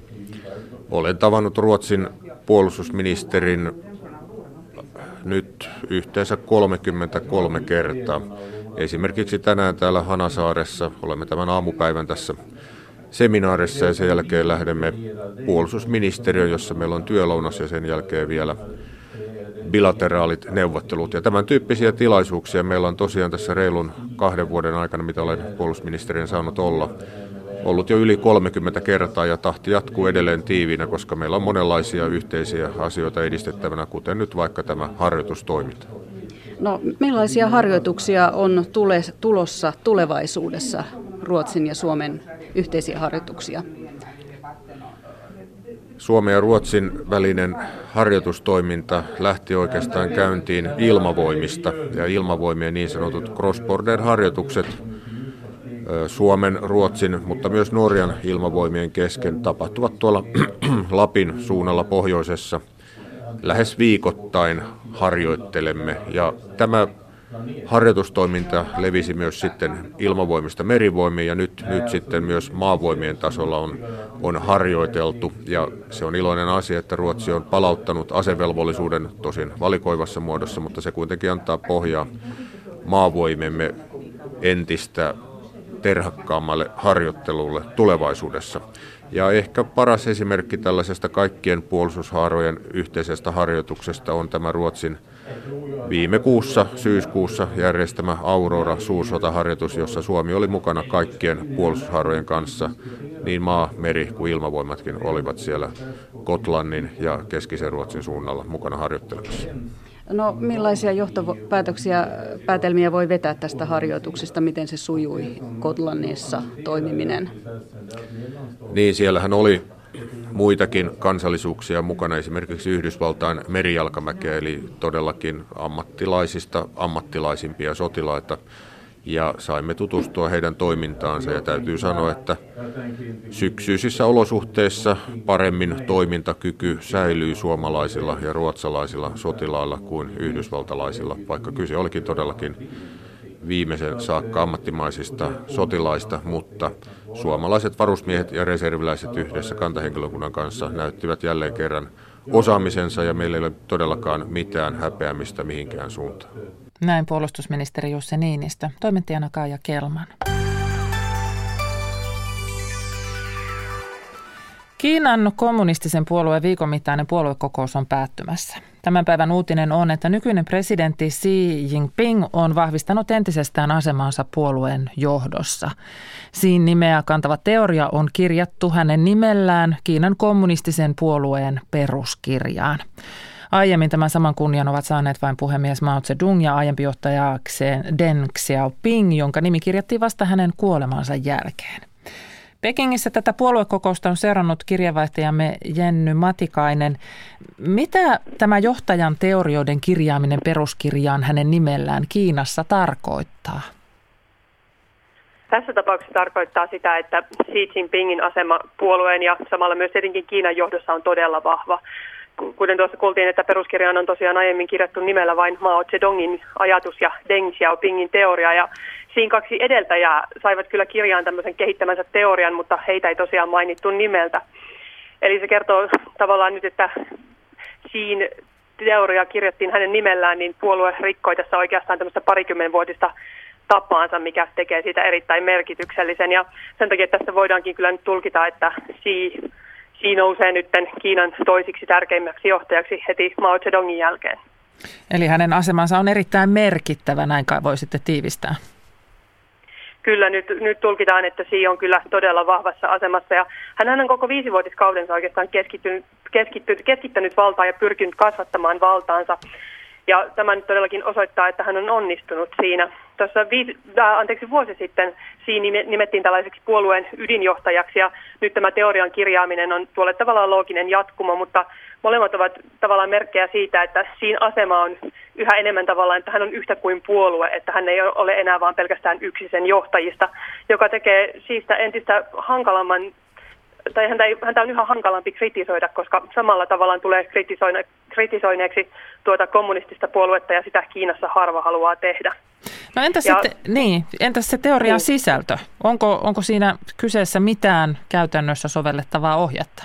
Olen tavannut Ruotsin puolustusministerin nyt yhteensä 33 kertaa. Esimerkiksi tänään täällä Hanasaaressa olemme tämän aamupäivän tässä seminaarissa ja sen jälkeen lähdemme puolustusministeriöön, jossa meillä on työlounas ja sen jälkeen vielä bilateraalit neuvottelut. Ja tämän tyyppisiä tilaisuuksia meillä on tosiaan tässä reilun 2 vuoden aikana, mitä olen puolustusministerin saanut olla, ollut jo yli 30 kertaa ja tahti jatkuu edelleen tiiviinä, koska meillä on monenlaisia yhteisiä asioita edistettävänä, kuten nyt vaikka tämä harjoitustoiminta. No, millaisia harjoituksia on tulossa tulevaisuudessa, Ruotsin ja Suomen yhteisiä harjoituksia? Suomen ja Ruotsin välinen harjoitustoiminta lähti oikeastaan käyntiin ilmavoimista ja ilmavoimien niin sanotut cross-border-harjoitukset Suomen, Ruotsin, mutta myös Norjan ilmavoimien kesken tapahtuvat tuolla Lapin suunnalla pohjoisessa. Lähes viikoittain harjoittelemme ja tämä harjoitustoiminta levisi myös sitten ilmavoimista merivoimiin ja nyt sitten myös maavoimien tasolla on harjoiteltu ja se on iloinen asia, että Ruotsi on palauttanut asevelvollisuuden tosin valikoivassa muodossa, mutta se kuitenkin antaa pohjaa maavoimemme entistä terhakkaammalle harjoittelulle tulevaisuudessa. Ja ehkä paras esimerkki tällaisesta kaikkien puolustushaarojen yhteisestä harjoituksesta on tämä Ruotsin viime kuussa, syyskuussa järjestämä Aurora-suursotaharjoitus, jossa Suomi oli mukana kaikkien puolustushaarojen kanssa. Niin maa, meri kuin ilmavoimatkin olivat siellä Gotlannin ja keskisen Ruotsin suunnalla mukana harjoittelemassa. No, millaisia päätelmiä voi vetää tästä harjoituksesta, miten se sujui Gotlannissa toimiminen? Niin, siellähän oli muitakin kansallisuuksia mukana, esimerkiksi Yhdysvaltain merijalkamäkeä, eli todellakin ammattilaisimpia sotilaita. Ja saimme tutustua heidän toimintaansa ja täytyy sanoa, että syksyisissä olosuhteissa paremmin toimintakyky säilyy suomalaisilla ja ruotsalaisilla sotilailla kuin yhdysvaltalaisilla, vaikka kyse olikin todellakin viimeisen saakka ammattimaisista sotilaista, mutta suomalaiset varusmiehet ja reserviläiset yhdessä kantahenkilökunnan kanssa näyttivät jälleen kerran osaamisensa ja meillä ei ole todellakaan mitään häpeämistä mihinkään suuntaan. Näin puolustusministeri Jussi Niinistö, toimittajana Kaija Kelman. Kiinan kommunistisen puolueen viikon mittainen puoluekokous on päättymässä. Tämän päivän uutinen on, että nykyinen presidentti Xi Jinping on vahvistanut entisestään asemaansa puolueen johdossa. Xin nimeä kantava teoria on kirjattu hänen nimellään Kiinan kommunistisen puolueen peruskirjaan. Aiemmin tämän saman kunnian ovat saaneet vain puhemies Mao Zedong ja aiempi johtaja Deng Xiaoping, jonka nimi kirjattiin vasta hänen kuolemansa jälkeen. Pekingissä tätä puoluekokousta on seurannut kirjeenvaihtajamme Jenny Matikainen. Mitä tämä johtajan teorioiden kirjaaminen peruskirjaan hänen nimellään Kiinassa tarkoittaa? Tässä tapauksessa tarkoittaa sitä, että Xi Jinpingin asema puolueen ja samalla myös tietenkin Kiinan johdossa on todella vahva. Kuten tuossa kuultiin, että peruskirjaan on tosiaan aiemmin kirjattu nimellä vain Mao Zedongin ajatus ja Deng Xiaopingin teoria. Ja siinä kaksi edeltäjää saivat kyllä kirjaan tämmöisen kehittämänsä teorian, mutta heitä ei tosiaan mainittu nimeltä. Eli se kertoo tavallaan nyt, että siinä teoria kirjattiin hänen nimellään, niin puolue rikkoi tässä oikeastaan tämmöistä parikymmenvuotista tapaansa, mikä tekee siitä erittäin merkityksellisen. Ja sen takia tässä voidaankin kyllä nyt tulkita, että Xi nousee nyt Kiinan toisiksi tärkeimmäksi johtajaksi heti Mao Zedongin jälkeen. Eli hänen asemansa on erittäin merkittävä, näin kai voisitte tiivistää. Kyllä, nyt tulkitaan, että Xi on kyllä todella vahvassa asemassa. Ja hän on koko 5-vuotiskaudensa oikeastaan keskittänyt valtaa ja pyrkinyt kasvattamaan valtaansa. Ja tämä nyt todellakin osoittaa, että hän on onnistunut siinä. Tuossa vuosi sitten siinä nimettiin tällaiseksi puolueen ydinjohtajaksi ja nyt tämä teorian kirjaaminen on tuolle tavallaan looginen jatkumo, mutta molemmat ovat tavallaan merkkejä siitä, että siinä asema on yhä enemmän tavallaan, että hän on yhtä kuin puolue, että hän ei ole enää vaan pelkästään yksi sen johtajista, joka tekee siitä entistä hankalamman, tai häntä on yhä hankalampi kritisoida, koska samalla tavallaan tulee kritisoineeksi tuota kommunistista puoluetta ja sitä Kiinassa harva haluaa tehdä. No entäs se teorian sisältö? Onko siinä kyseessä mitään käytännössä sovellettavaa ohjetta?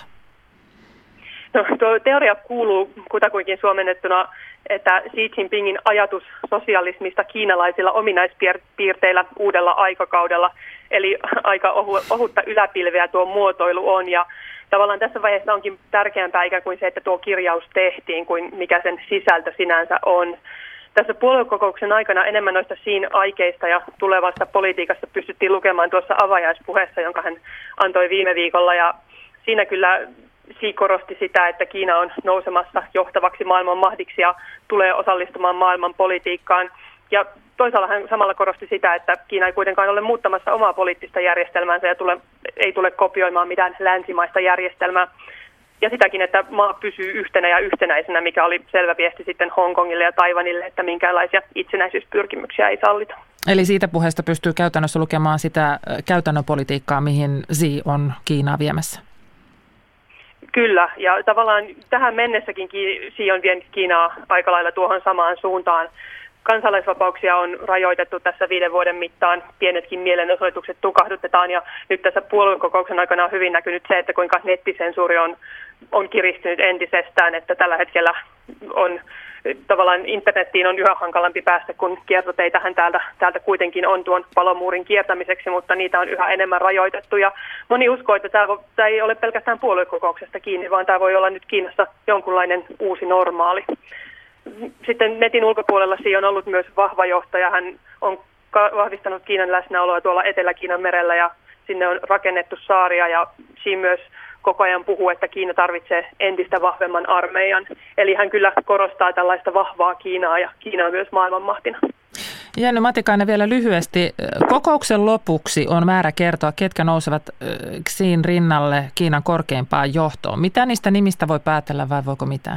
No tuo teoria kuuluu kutakuinkin suomennettuna, että Xi Jinpingin ajatus sosialismista kiinalaisilla ominaispiirteillä uudella aikakaudella, eli aika ohutta yläpilveä tuo muotoilu on, ja tavallaan tässä vaiheessa onkin tärkeämpää ikään kuin se, että tuo kirjaus tehtiin, kuin mikä sen sisältö sinänsä on. Tässä puoluekokouksen aikana enemmän noista siinä aikeista ja tulevasta politiikasta pystyttiin lukemaan tuossa avajaispuheessa, jonka hän antoi viime viikolla, ja siinä kyllä Xi korosti sitä, että Kiina on nousemassa johtavaksi maailman mahdiksi ja tulee osallistumaan maailman politiikkaan. Ja toisaalta hän samalla korosti sitä, että Kiina ei kuitenkaan ole muuttamassa omaa poliittista järjestelmäänsä ja ei tule kopioimaan mitään länsimaista järjestelmää. Ja sitäkin, että maa pysyy yhtenä ja yhtenäisenä, mikä oli selvä viesti sitten Hongkongille ja Taiwanille, että minkäänlaisia itsenäisyyspyrkimyksiä ei sallita. Eli siitä puheesta pystyy käytännössä lukemaan sitä käytännön politiikkaa, mihin Xi on Kiinaa viemässä. Kyllä, ja tavallaan tähän mennessäkin Xi on vienyt Kiinaa aika lailla tuohon samaan suuntaan. Kansalaisvapauksia on rajoitettu tässä 5 vuoden mittaan, pienetkin mielenosoitukset tukahdutetaan, ja nyt tässä puoluekokouksen aikana on hyvin näkynyt se, että kuinka nettisensuuri on kiristynyt entisestään, että tällä hetkellä on tavallaan internettiin on yhä hankalampi päästä, kun kiertoteitähän täältä kuitenkin on tuon palomuurin kiertämiseksi, mutta niitä on yhä enemmän rajoitettu. Ja moni uskoo, että tämä ei ole pelkästään puoluekokouksesta kiinni, vaan tämä voi olla nyt Kiinassa jonkunlainen uusi normaali. Sitten netin ulkopuolella Xi on ollut myös vahva johtaja. Hän on vahvistanut Kiinan läsnäoloa tuolla Etelä-Kiinan merellä ja sinne on rakennettu saaria ja Xi myös koko ajan puhuu, että Kiina tarvitsee entistä vahvemman armeijan. Eli hän kyllä korostaa tällaista vahvaa Kiinaa ja Kiinaa myös maailmanmahtina. Jenny Matikainen vielä lyhyesti. Kokouksen lopuksi on määrä kertoa, ketkä nousevat Xin rinnalle Kiinan korkeimpaan johtoon. Mitä niistä nimistä voi päätellä vai voiko mitään?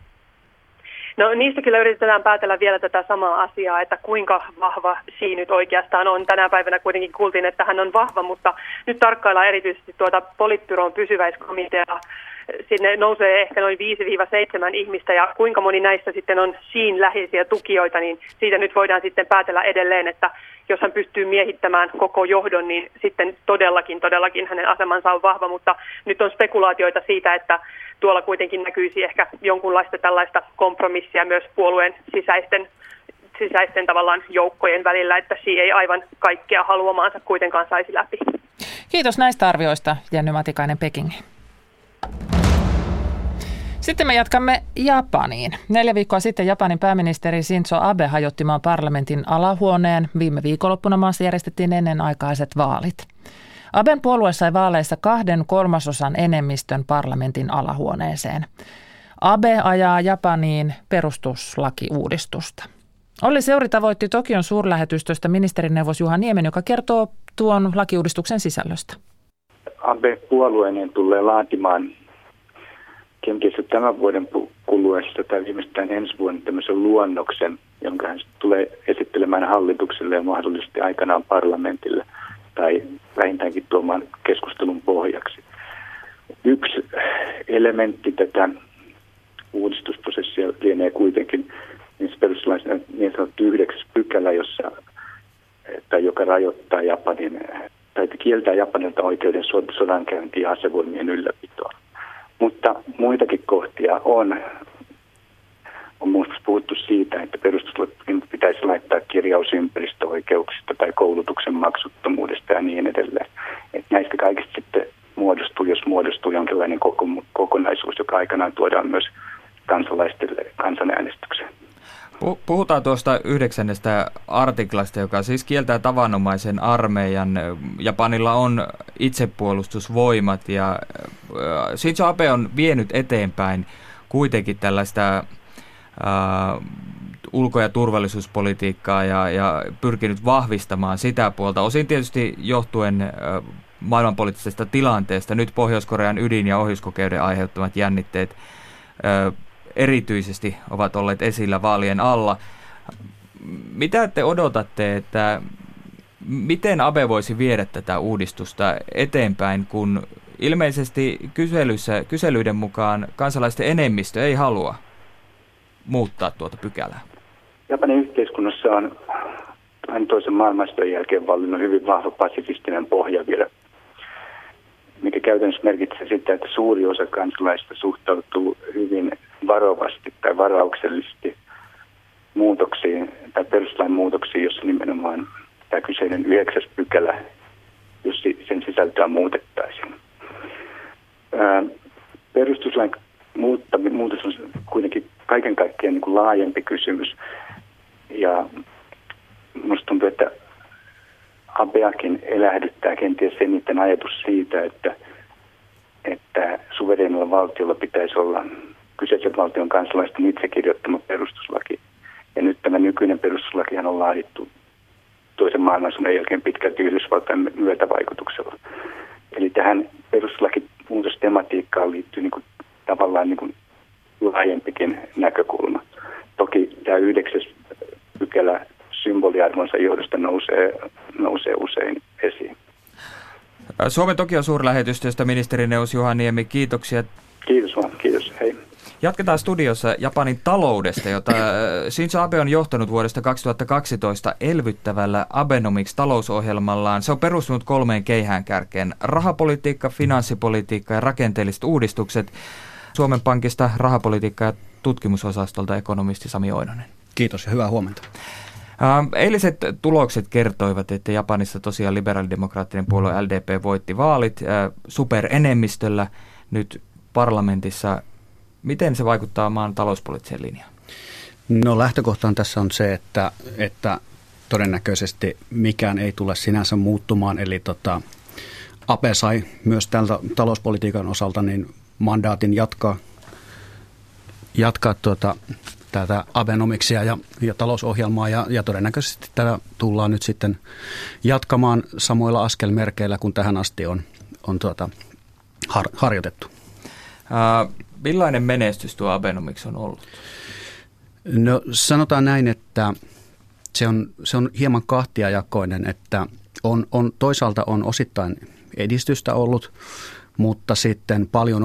No niistä kyllä yritetään päätellä vielä tätä samaa asiaa, että kuinka vahva Xi nyt oikeastaan on. Tänä päivänä kuitenkin kuultiin, että hän on vahva, mutta nyt tarkkaillaan erityisesti tuota politbyroon pysyväiskomiteaa. Sinne nousee ehkä noin 5-7 ihmistä ja kuinka moni näistä sitten on Xin läheisiä tukijoita, niin siitä nyt voidaan sitten päätellä edelleen, että jos hän pystyy miehittämään koko johdon, niin sitten todellakin hänen asemansa on vahva, mutta nyt on spekulaatioita siitä, että tuolla kuitenkin näkyisi ehkä jonkunlaista tällaista kompromissia myös puolueen sisäisten tavallaan joukkojen välillä, että Xi ei aivan kaikkea haluamaansa kuitenkaan saisi läpi. Kiitos näistä arvioista, Jenny Matikainen Pekingiin. Sitten me jatkamme Japaniin. 4 viikkoa sitten Japanin pääministeri Shinzo Abe hajotti maan parlamentin alahuoneen. Viime viikonloppuna maassa järjestettiin ennenaikaiset vaalit. Aben puolue sai vaaleissa 2/3 enemmistön parlamentin alahuoneeseen. Abe ajaa Japaniin perustuslakiuudistusta. Olli Seuri tavoitti Tokion suurlähetystöstä ministerineuvos Juha Niemen, joka kertoo tuon lakiuudistuksen sisällöstä. Abe puolueineen tulee laatimaan kenties tämän vuoden kuluessa tai viimeistään ensi vuonna tämmöisen luonnoksen, jonka hän tulee esittelemään hallitukselle ja mahdollisesti aikanaan parlamentille tai vähintäänkin tuomaan keskustelun pohjaksi. Yksi elementti tätä uudistusprosessia lienee kuitenkin perustuslain niin sanottu 9. pykälä, joka rajoittaa Japanin tai kieltää Japanilta oikeuden sodankäyntiin ja asevoimien ylläpitoon. Mutta muitakin kohtia on minusta puhuttu siitä, että perustuslakiin pitäisi laittaa kirjaus ympäristöoikeuksista tai koulutuksen maksuttomuudesta ja niin edelleen. Että näistä kaikista sitten jos muodostuu jonkinlainen kokonaisuus, joka aikanaan tuodaan myös kansalaisille kansanäänestykseen. Puhutaan tuosta 9. artiklasta, joka siis kieltää tavanomaisen armeijan. Japanilla on itsepuolustusvoimat ja Shinzo Abe on vienyt eteenpäin kuitenkin tällaista ulko- ja turvallisuuspolitiikkaa ja pyrkinyt vahvistamaan sitä puolta. Osin tietysti johtuen maailmanpoliittisesta tilanteesta. Nyt Pohjois-Korean ydin- ja ohjuskokeiden aiheuttamat jännitteet erityisesti ovat olleet esillä vaalien alla. Mitä te odotatte, että miten Abe voisi viedä tätä uudistusta eteenpäin, kun ilmeisesti kyselyiden mukaan kansalaisten enemmistö ei halua muuttaa tuota pykälää? Japanin yhteiskunnassa on toisen maailmansodan jälkeen vallinnut hyvin vahva pasifistinen pohja vielä, mikä käytännössä merkitsee sitä, että suuri osa kansalaista suhtautuu hyvin varovasti tai varauksellisesti muutoksiin tai perustuslain muutoksiin, jossa nimenomaan tämä kyseinen 9. pykälä, jos sen sisältöä muutettaisiin. Perustuslain muutos on kuitenkin kaiken kaikkiaan niin kuin laajempi kysymys. Ja minusta tuntuu, että Abeakin elähdyttää kenties eniten ajatus siitä, että suvereenilla valtiolla pitäisi olla kyseisen valtion kansalaisten itse kirjoittama perustuslaki. Ja nyt tämä nykyinen perustuslakihan on laadittu toisen maailmansodan jälkeen pitkälti Yhdysvaltain myötävaikutuksella. Eli tähän perustuslakimuutostematiikkaan liittyy tavallaan laajempikin näkökulma. Toki tämä 9. pykälä symboliarvonsa johdosta nousee usein esiin. Suomen Tokion suurlähetystöstä ministerineuvos Juha Niemi, kiitoksia. Kiitos vaan, kiitos, hei. Jatketaan studiossa Japanin taloudesta, jota Shinzo Abe on johtanut vuodesta 2012 elvyttävällä Abenomics-talousohjelmallaan. Se on perustunut 3 keihäänkärkeen: rahapolitiikka, finanssipolitiikka ja rakenteelliset uudistukset. Suomen Pankista rahapolitiikka- ja tutkimusosastolta ekonomisti Sami Oinonen. Kiitos ja hyvää huomenta. Eiliset tulokset kertoivat, että Japanissa tosiaan liberaalidemokraattinen puolue LDP voitti vaalit superenemmistöllä nyt parlamentissa. Miten se vaikuttaa maan talouspoliittiseen linjaan? No lähtökohtaan tässä on se, että todennäköisesti mikään ei tule sinänsä muuttumaan. Eli Abe sai myös tältä talouspolitiikan osalta niin mandaatin jatkaa tätä Abenomicsia ja talousohjelmaa ja todennäköisesti tätä tullaan nyt sitten jatkamaan samoilla askelmerkeillä kuin tähän asti on harjoitettu. Millainen menestys tuo Abenomics on ollut? No sanotaan näin, että se on hieman kahtiajakoinen, että toisaalta on osittain edistystä ollut, mutta sitten paljon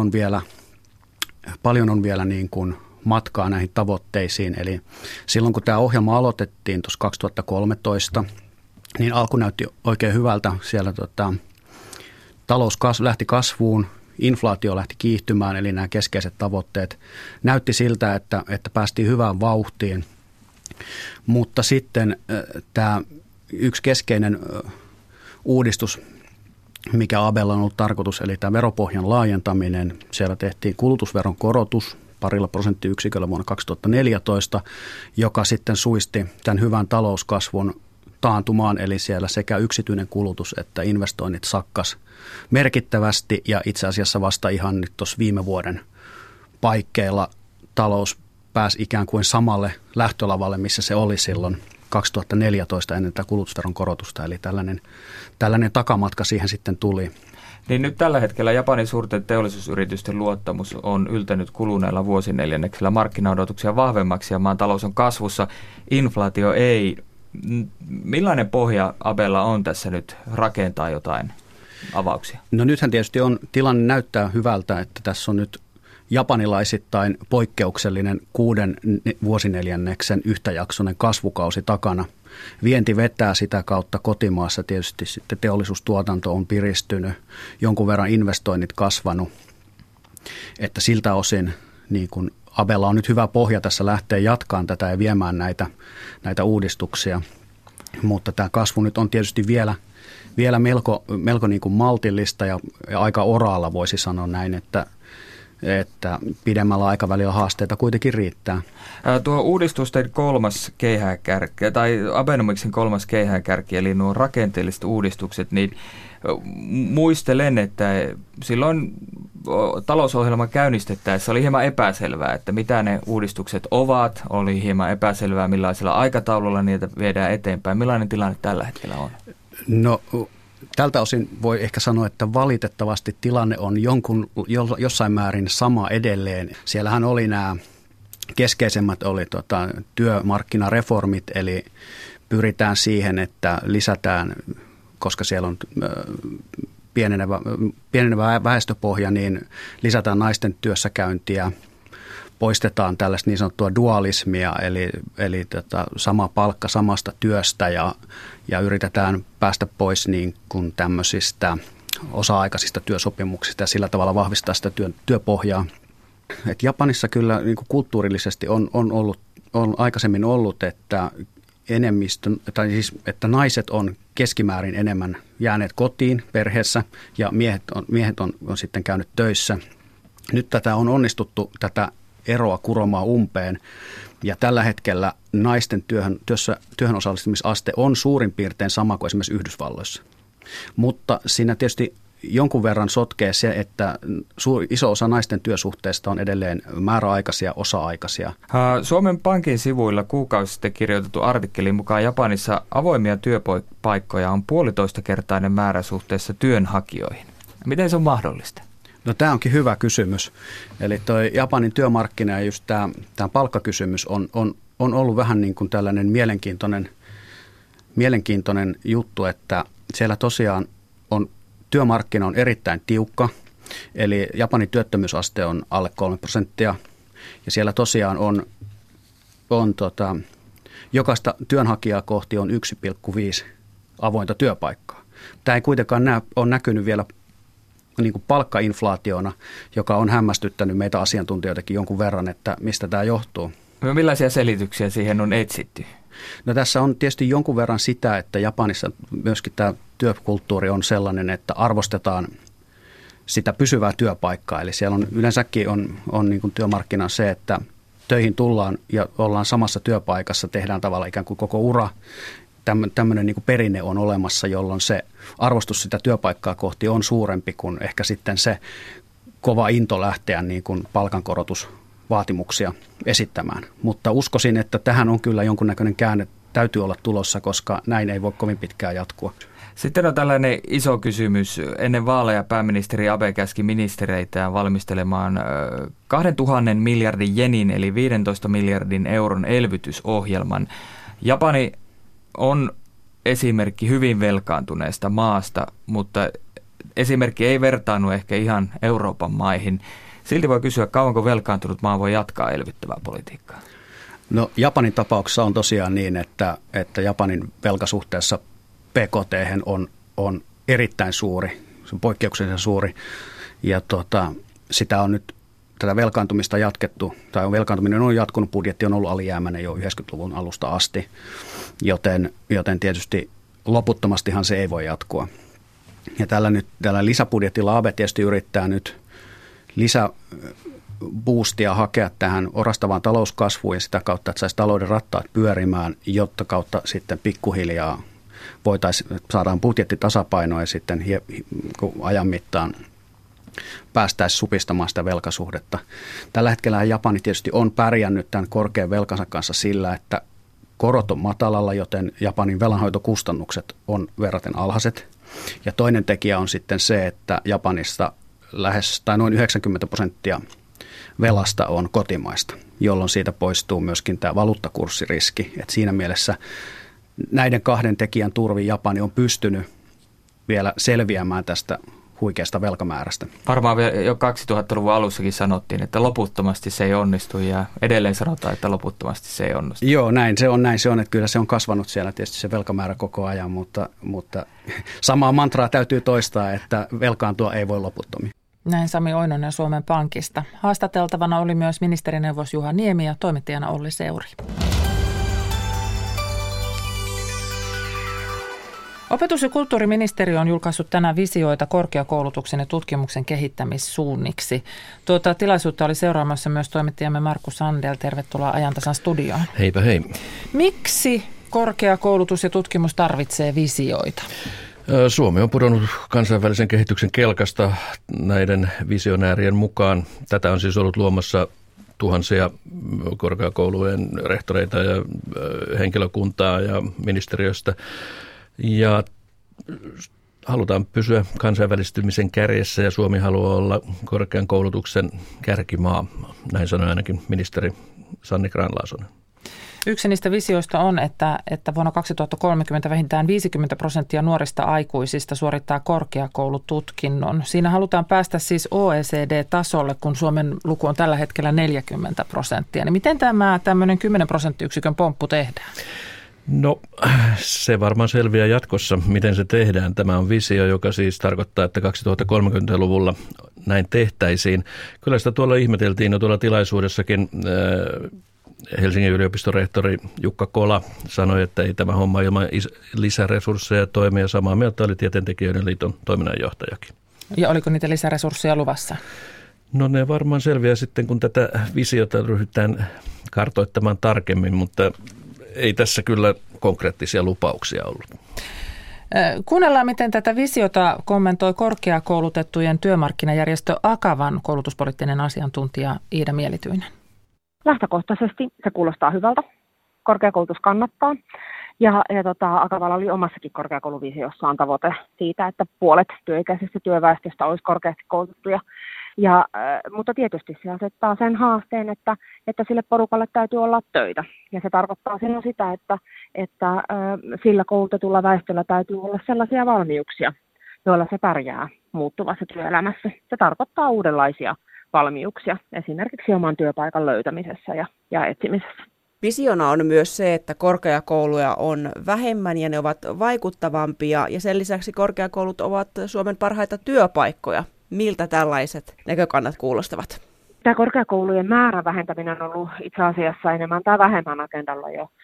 on vielä niin kuin matkaa näihin tavoitteisiin. Eli silloin kun tämä ohjelma aloitettiin tuossa 2013, niin alku näytti oikein hyvältä. Siellä talous lähti kasvuun, inflaatio lähti kiihtymään, eli nämä keskeiset tavoitteet näytti siltä, että päästiin hyvään vauhtiin. Mutta sitten tämä yksi keskeinen uudistus, mikä Abella on ollut tarkoitus, eli tämä veropohjan laajentaminen. Siellä tehtiin kulutusveron korotus 2 prosenttiyksiköllä vuonna 2014, joka sitten suisti tämän hyvän talouskasvun taantumaan, eli siellä sekä yksityinen kulutus että investoinnit sakkas merkittävästi ja itse asiassa vasta ihan nyt tuossa viime vuoden paikkeilla talous pääsi ikään kuin samalle lähtölavalle, missä se oli silloin 2014 ennen tätä kulutusveron korotusta. Eli tällainen takamatka siihen sitten tuli. Niin nyt tällä hetkellä Japanin suurten teollisuusyritysten luottamus on yltänyt kuluneella vuosineljänneksellä markkinaodotuksia vahvemmaksi ja maan talous on kasvussa. Inflaatio ei. Millainen pohja Abella on tässä nyt rakentaa jotain avauksia? No nythän tietysti tilanne näyttää hyvältä, että tässä on nyt japanilaisittain poikkeuksellinen 6 vuosineljänneksen yhtäjaksoinen kasvukausi takana. Vienti vetää sitä kautta kotimaassa, tietysti sitten teollisuustuotanto on piristynyt, jonkun verran investoinnit kasvanut, että siltä osin niin kun Abella on nyt hyvä pohja tässä lähteä jatkaan tätä ja viemään näitä uudistuksia, mutta tämä kasvu nyt on tietysti vielä melko niin kuin maltillista ja aika oraalla voisi sanoa näin, että pidemmällä aikavälillä haasteita kuitenkin riittää. Tuo uudistusten kolmas keihäänkärki, tai Abenomicsin kolmas keihäänkärki, eli nuo rakenteelliset uudistukset, niin muistelen, että silloin talousohjelman käynnistettäessä oli hieman epäselvää, että mitä ne uudistukset ovat. Oli hieman epäselvää, millaisella aikataululla niitä viedään eteenpäin. Millainen tilanne tällä hetkellä on? No tältä osin voi ehkä sanoa, että valitettavasti tilanne on jossain määrin sama edelleen. Siellähän oli nämä keskeisemmät työmarkkinareformit, eli pyritään siihen, että lisätään, koska siellä on pienenevä väestöpohja, niin lisätään naisten työssäkäyntiä, poistetaan tällaista niin sanottua dualismia, eli sama palkka samasta työstä ja yritetään päästä pois niin kuin tämmöisistä osa-aikaisista työsopimuksista ja sillä tavalla vahvistaa sitä työpohjaa. Et Japanissa kyllä niin kuin kulttuurillisesti on aikaisemmin ollut, että että naiset on keskimäärin enemmän jääneet kotiin perheessä ja miehet on sitten käynyt töissä. Nyt tätä on onnistuttu tätä eroa kuromaan umpeen ja tällä hetkellä naisten työhön osallistumisaste on suurin piirtein sama kuin esimerkiksi Yhdysvalloissa. Mutta siinä tietysti jonkun verran sotkee se, että iso osa naisten työsuhteista on edelleen määräaikaisia, osa-aikaisia. Suomen Pankin sivuilla kuukausi sitten kirjoitettu artikkelin mukaan Japanissa avoimia työpaikkoja on 1,5-kertainen määrä suhteessa työnhakijoihin. Miten se on mahdollista? No tämä onkin hyvä kysymys. Eli toi Japanin työmarkkina ja just tämä palkkakysymys on ollut vähän niin kuin tällainen mielenkiintoinen juttu, että siellä tosiaan työmarkkina on erittäin tiukka, eli Japanin työttömyysaste on alle 3% ja siellä tosiaan on jokaista työnhakijaa kohti on 1,5 avointa työpaikkaa. Tämä ei kuitenkaan ole näkynyt vielä niin kuin palkkainflaationa, joka on hämmästyttänyt meitä asiantuntijoitakin jonkun verran, että mistä tämä johtuu. Millaisia selityksiä siihen on etsitty? No tässä on tietysti jonkun verran sitä, että Japanissa myöskin tämä työkulttuuri on sellainen, että arvostetaan sitä pysyvää työpaikkaa. Eli siellä on yleensäkin on niin kuin työmarkkina se, että töihin tullaan ja ollaan samassa työpaikassa, tehdään tavallaan ikään kuin koko ura. Tämmöinen niin kuin perinne on olemassa, jolloin se arvostus sitä työpaikkaa kohti on suurempi kuin ehkä sitten se kova into lähteä niin kuin palkankorotusvaatimuksia esittämään. Mutta uskoisin, että tähän on kyllä jonkunnäköinen käänne täytyy olla tulossa, koska näin ei voi kovin pitkään jatkua. Sitten on tällainen iso kysymys. Ennen vaaleja pääministeri Abe käski ministereitään valmistelemaan 2,000 miljardin jenin eli 15 miljardin euron elvytysohjelman. Japani on esimerkki hyvin velkaantuneesta maasta, mutta esimerkki ei vertaannu ehkä ihan Euroopan maihin. Silti voi kysyä, kauanko velkaantunut maa voi jatkaa elvyttävää politiikkaa? No Japanin tapauksessa on tosiaan niin, että Japanin velkasuhteessa PKT on erittäin suuri, se on poikkeuksellisen suuri ja sitä on nyt tätä velkaantumista jatkettu, tai velkaantuminen on jatkunut, budjetti on ollut alijäämäinen jo 90-luvun alusta asti, joten tietysti loputtomastihan se ei voi jatkua. Ja tällä lisäbudjetilla Abe tietysti yrittää nyt lisäboostia hakea tähän orastavaan talouskasvuun ja sitä kautta, että saisi talouden rattaat pyörimään, jotta kautta sitten pikkuhiljaa saadaan budjetti tasapainoon ja sitten ajan mittaan päästäisiin supistamaan sitä velkasuhdetta. Tällä hetkellä Japani tietysti on pärjännyt tämän korkean velkansa kanssa sillä, että korot on matalalla, joten Japanin velanhoitokustannukset on verraten alhaiset. Ja toinen tekijä on sitten se, että Japanissa noin 90% velasta on kotimaista, jolloin siitä poistuu myöskin tämä valuuttakurssiriski. Et siinä mielessä näiden kahden tekijän turvin Japani on pystynyt vielä selviämään tästä huikeasta velkamäärästä. Varmaan jo 2000-luvun alussakin sanottiin, että loputtomasti se ei onnistu ja edelleen sanotaan, että loputtomasti se ei onnistu. Joo, näin se on, että kyllä se on kasvanut siellä tietysti se velkamäärä koko ajan, mutta samaa mantraa täytyy toistaa, että velkaantua ei voi loputtomiin. Näin Sami Oinonen Suomen Pankista. Haastateltavana oli myös ministerineuvos Juha Niemi ja toimittajana Olli Seuri. Opetus- ja kulttuuriministeriö on julkaissut tänään visioita korkeakoulutuksen ja tutkimuksen kehittämissuunniksi. Tuota tilaisuutta oli seuraamassa myös toimittajamme Markku Sandel. Tervetuloa Ajantasan studioon. Heipä hei. Miksi korkeakoulutus ja tutkimus tarvitsee visioita? Suomi on pudonnut kansainvälisen kehityksen kelkasta näiden visionäärien mukaan. Tätä on siis ollut luomassa tuhansia korkeakoulujen rehtoreita ja henkilökuntaa ja ministeriöstä. Ja halutaan pysyä kansainvälistymisen kärjessä ja Suomi haluaa olla korkean koulutuksen kärkimaa. Näin sanoi ainakin ministeri Sanni Grahn-Laasonen. Yksi niistä visioista on, että vuonna 2030 vähintään 50% nuorista aikuisista suorittaa korkeakoulututkinnon. Siinä halutaan päästä siis OECD-tasolle, kun Suomen luku on tällä hetkellä 40%. Niin miten tämä tämmöinen 10% pomppu tehdään? No se varmaan selviää jatkossa, miten se tehdään. Tämä on visio, joka siis tarkoittaa, että 2030-luvulla näin tehtäisiin. Kyllä sitä tuolla ihmeteltiin jo tuolla tilaisuudessakin. Helsingin yliopiston rehtori Jukka Kola sanoi, että ei tämä homma ilman lisäresursseja toimi, ja samaa mieltä oli Tieteentekijöiden liiton toiminnanjohtajakin. Ja oliko niitä lisäresursseja luvassa? No ne varmaan selviää sitten, kun tätä visiota ryhdytään kartoittamaan tarkemmin, mutta ei tässä kyllä konkreettisia lupauksia ollut. Kuunnellaan, miten tätä visiota kommentoi korkeakoulutettujen työmarkkinajärjestö Akavan koulutuspoliittinen asiantuntija Iida Mielityinen. Lähtökohtaisesti se kuulostaa hyvältä. Korkeakoulutus kannattaa. Ja Akavalla oli omassakin korkeakouluvisiossaan tavoite siitä, että puolet työikäisestä työväestöstä olisi korkeasti koulutettuja. Mutta tietysti se asettaa sen haasteen, että sille porukalle täytyy olla töitä. Ja se tarkoittaa silloin sitä, että sillä koulutetulla väestöllä täytyy olla sellaisia valmiuksia, joilla se pärjää muuttuvassa työelämässä. Se tarkoittaa uudenlaisia valmiuksia esimerkiksi oman työpaikan löytämisessä ja etsimisessä. Visiona on myös se, että korkeakouluja on vähemmän ja ne ovat vaikuttavampia ja sen lisäksi korkeakoulut ovat Suomen parhaita työpaikkoja. Miltä tällaiset näkökannat kuulostavat? Tämä korkeakoulujen määrän vähentäminen on ollut itse asiassa enemmän tai vähemmän agendalla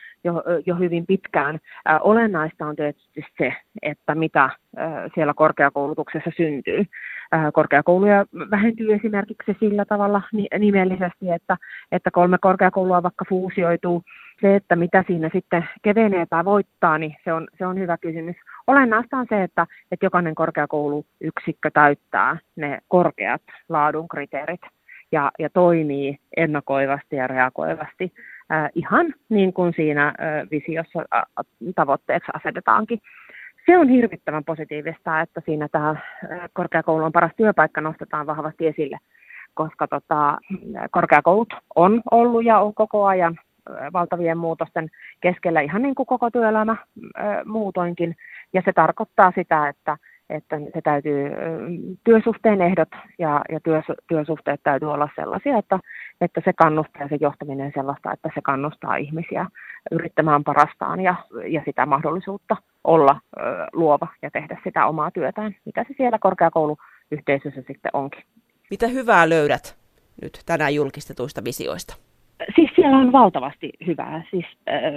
jo hyvin pitkään. Olennaista on tietysti se, että mitä siellä korkeakoulutuksessa syntyy. Korkeakouluja vähentyy esimerkiksi sillä tavalla nimellisesti, että 3 korkeakoulua vaikka fuusioituu. Se, että mitä siinä sitten kevenee tai voittaa, niin se on hyvä kysymys. Olennaista on se, että jokainen korkeakouluyksikkö täyttää ne korkeat laadun kriteerit ja toimii ennakoivasti ja reagoivasti ihan niin kuin siinä visiossa tavoitteeksi asetetaankin. Se on hirvittävän positiivista, että siinä tämä korkeakoulu on paras työpaikka nostetaan vahvasti esille, koska korkeakoulut on ollut ja on koko ajan valtavien muutosten keskellä ihan niin kuin koko työelämä muutoinkin. Ja se tarkoittaa sitä, että se täytyy, työsuhteen ehdot ja työsuhteet täytyy olla sellaisia, että se kannustaa ja se johtaminen sellaista, että se kannustaa ihmisiä yrittämään parastaan ja sitä mahdollisuutta olla luova ja tehdä sitä omaa työtään, mitä se siellä korkeakouluyhteisössä sitten onkin. Mitä hyvää löydät nyt tänään julkistetuista visioista? Siis siellä on valtavasti hyvää. Siis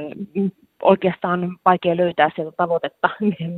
oikeastaan vaikea löytää sieltä tavoitetta,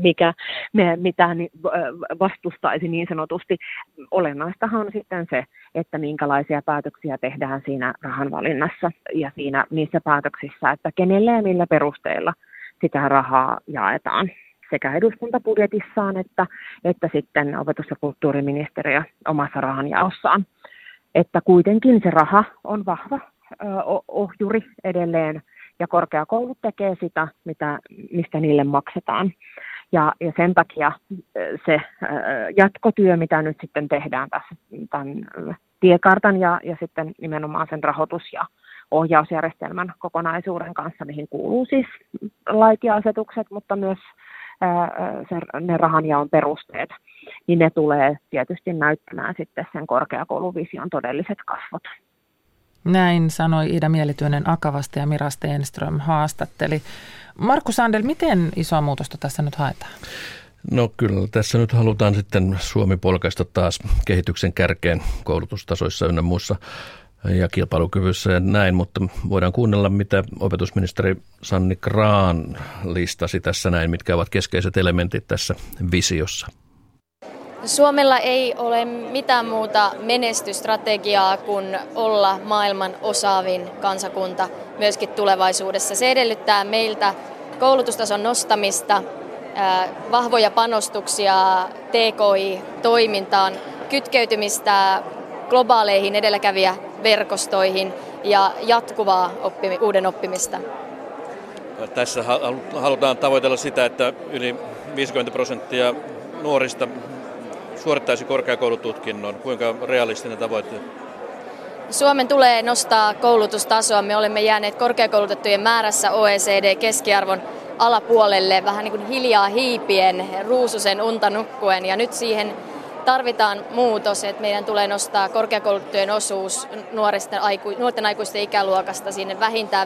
mitä vastustaisi niin sanotusti. Olennaistahan on sitten se, että minkälaisia päätöksiä tehdään siinä rahan valinnassa ja niissä päätöksissä, että kenelle ja millä perusteilla sitä rahaa jaetaan. sekä eduskuntabudjetissaan että sitten opetus- ja kulttuuriministeriö omassa rahanjaossaan. Että kuitenkin se raha on vahva ohjuri edelleen ja korkeakoulut tekee sitä, mistä niille maksetaan. Ja sen takia se jatkotyö, mitä nyt sitten tehdään tässä tämän tiekartan ja sitten nimenomaan sen rahoitus- ja ohjausjärjestelmän kokonaisuuden kanssa, mihin kuuluu siis lait ja asetukset, mutta myös ne rahanjaon perusteet, niin ne tulee tietysti näyttämään sitten sen korkeakouluvision todelliset kasvot. Näin sanoi Iida Mielityönen Akavasta ja Mira Stenström haastatteli. Markku Sandel, miten isoa muutosta tässä nyt haetaan? No kyllä, tässä nyt halutaan sitten Suomi polkaista taas kehityksen kärkeen koulutustasoissa ynnä muussa ja kilpailukyvyssä ja näin, mutta voidaan kuunnella, mitä opetusministeri Sanni Grahn listasi tässä näin, mitkä ovat keskeiset elementit tässä visiossa. Suomella ei ole mitään muuta menestysstrategiaa kuin olla maailman osaavin kansakunta myöskin tulevaisuudessa. Se edellyttää meiltä koulutustason nostamista, vahvoja panostuksia TKI-toimintaan, kytkeytymistä globaaleihin edelläkävijäverkostoihin ja jatkuvaa uuden oppimista. Tässä halutaan tavoitella sitä, että yli 50% nuorista suorittaisi korkeakoulututkinnon. Kuinka realistinen tavoite? Suomen tulee nostaa koulutustasoa. Me olemme jääneet korkeakoulutettujen määrässä OECD-keskiarvon alapuolelle vähän niin kuin hiljaa hiipien, ruususen unta nukkuen. Ja nyt siihen tarvitaan muutos, että meidän tulee nostaa korkeakoulutettujen osuus nuorten aikuisten ikäluokasta sinne vähintään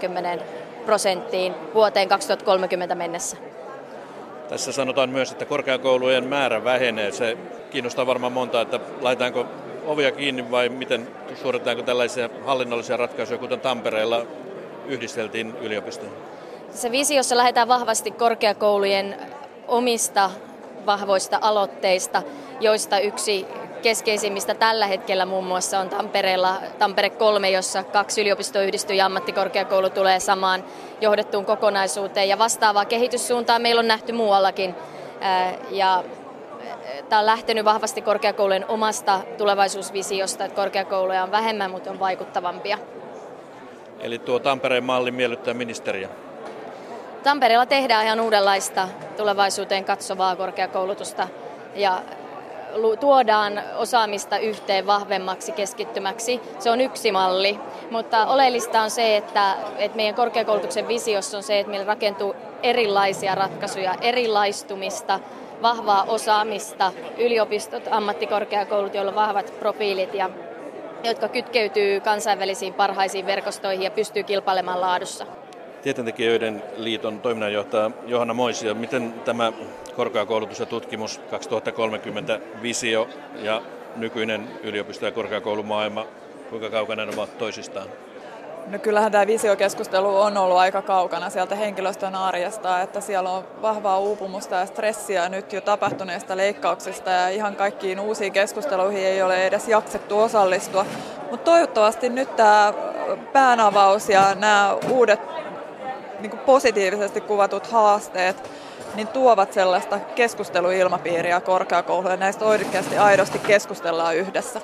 50% vuoteen 2030 mennessä. Tässä sanotaan myös, että korkeakoulujen määrä vähenee. Se kiinnostaa varmaan monta, että laitetaanko ovia kiinni vai miten suoritetaanko tällaisia hallinnollisia ratkaisuja, kuten Tampereella yhdisteltiin yliopistoon? Tässä visiossa lähdetään vahvasti korkeakoulujen omista vahvoista aloitteista, joista yksi keskeisimmistä tällä hetkellä muun muassa on Tampere 3, jossa 2 yliopistoa yhdistyy ja ammattikorkeakoulu tulee samaan johdettuun kokonaisuuteen. Ja vastaavaa kehityssuuntaa meillä on nähty muuallakin. Ja tämä on lähtenyt vahvasti korkeakoulujen omasta tulevaisuusvisiosta, että korkeakouluja on vähemmän, mutta on vaikuttavampia. Eli tuo Tampereen malli miellyttää ministeriä? Tampereella tehdään ihan uudenlaista tulevaisuuteen katsovaa korkeakoulutusta ja tuodaan osaamista yhteen vahvemmaksi keskittymäksi. Se on yksi malli, mutta oleellista on se, että meidän korkeakoulutuksen visiossa on se, että meillä rakentuu erilaisia ratkaisuja, erilaistumista, vahvaa osaamista, yliopistot, ammattikorkeakoulut, joilla on vahvat profiilit ja jotka kytkeytyy kansainvälisiin parhaisiin verkostoihin ja pystyy kilpailemaan laadussa. Tieteentekijöiden liiton toiminnanjohtaja Johanna Moisia, miten tämä korkeakoulutus ja tutkimus 2030 visio ja nykyinen yliopisto- ja korkeakoulumaailma, kuinka kaukana ne ovat toisistaan? No kyllähän tämä visiokeskustelu on ollut aika kaukana sieltä henkilöstön arjesta, että siellä on vahvaa uupumusta ja stressiä nyt jo tapahtuneista leikkauksista ja ihan kaikkiin uusiin keskusteluihin ei ole edes jaksettu osallistua. Mutta toivottavasti nyt tämä päänavaus ja nämä uudet niin positiivisesti kuvatut haasteet niin tuovat sellaista keskusteluilmapiiriä korkeakouluja. Näistä oikeasti aidosti keskustellaan yhdessä.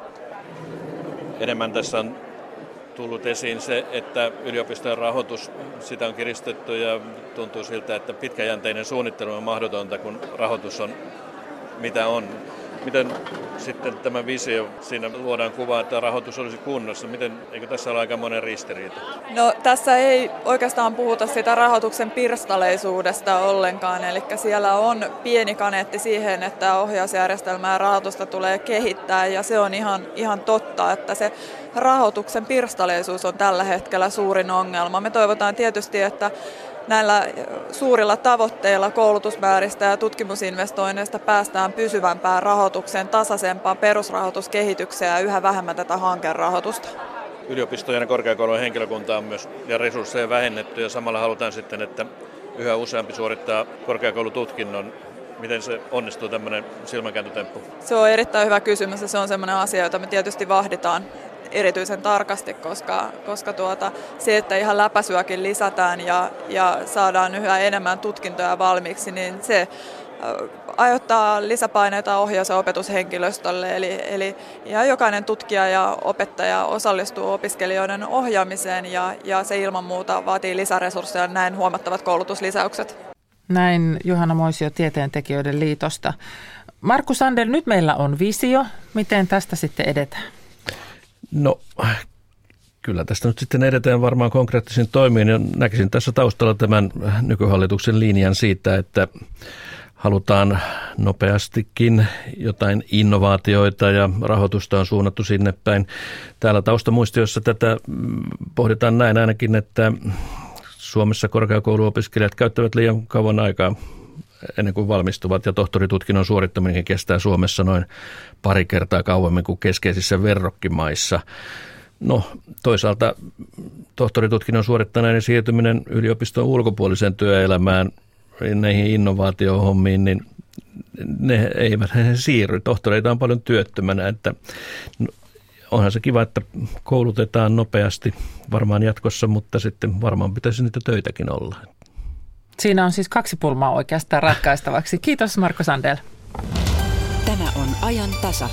Enemmän tässä on tullut esiin se, että yliopistojen rahoitus, sitä on kiristetty ja tuntuu siltä, että pitkäjänteinen suunnittelu on mahdotonta, kun rahoitus on mitä on. Miten sitten tämä visio, siinä luodaan kuva, että rahoitus olisi kunnossa. Eikö tässä ole aika monen ristiriita? No tässä ei oikeastaan puhuta sitä rahoituksen pirstaleisuudesta ollenkaan. Eli siellä on pieni kaneetti siihen, että ohjausjärjestelmää ja rahoitusta tulee kehittää. Ja se on ihan totta, että se rahoituksen pirstaleisuus on tällä hetkellä suurin ongelma. Me toivotaan tietysti, että näillä suurilla tavoitteilla koulutusmääristä ja tutkimusinvestoinneista päästään pysyvämpään rahoitukseen, tasaisempaan perusrahoituskehitykseen ja yhä vähemmän tätä hankerahoitusta. Yliopistojen ja korkeakoulujen henkilökuntaa on myös ja resursseja vähennetty ja samalla halutaan sitten, että yhä useampi suorittaa korkeakoulututkinnon. Miten se onnistuu tämmöinen silmänkääntötemppu? Se on erittäin hyvä kysymys ja se on sellainen asia, jota me tietysti vahditaan erityisen tarkasti, koska se, että ihan läpäisyäkin lisätään ja saadaan yhä enemmän tutkintoja valmiiksi, niin se aiheuttaa lisäpaineita ohjaus- ja opetushenkilöstölle, eli ihan jokainen tutkija ja opettaja osallistuu opiskelijoiden ohjaamiseen ja se ilman muuta vaatii lisäresursseja, näin huomattavat koulutuslisäykset. Näin Johanna Moisio Tieteentekijöiden liitosta. Markku Sandel, nyt meillä on visio. Miten tästä sitten edetään? No, kyllä tästä nyt sitten edetään varmaan konkreettisiin toimiin. Ja näkisin tässä taustalla tämän nykyhallituksen linjan siitä, että halutaan nopeastikin jotain innovaatioita ja rahoitusta on suunnattu sinne päin. Täällä taustamuistiossa tätä pohditaan näin ainakin, että Suomessa korkeakouluopiskelijat käyttävät liian kauan aikaa ennen kuin valmistuvat ja tohtoritutkinnon suorittaminen kestää Suomessa noin pari kertaa kauemmin kuin keskeisissä verrokkimaissa. No toisaalta tohtoritutkinnon suorittaneiden siirtyminen yliopiston ulkopuoliseen työelämään näihin innovaatiohommiin, niin ne eivät siirry. Tohtoreita on paljon työttömänä, että onhan se kiva, että koulutetaan nopeasti varmaan jatkossa, mutta sitten varmaan pitäisi niitä töitäkin olla. Siinä on siis 2 pulmaa oikeastaan ratkaistavaksi. Kiitos Markku Sandel. Tämä on ajan tasa.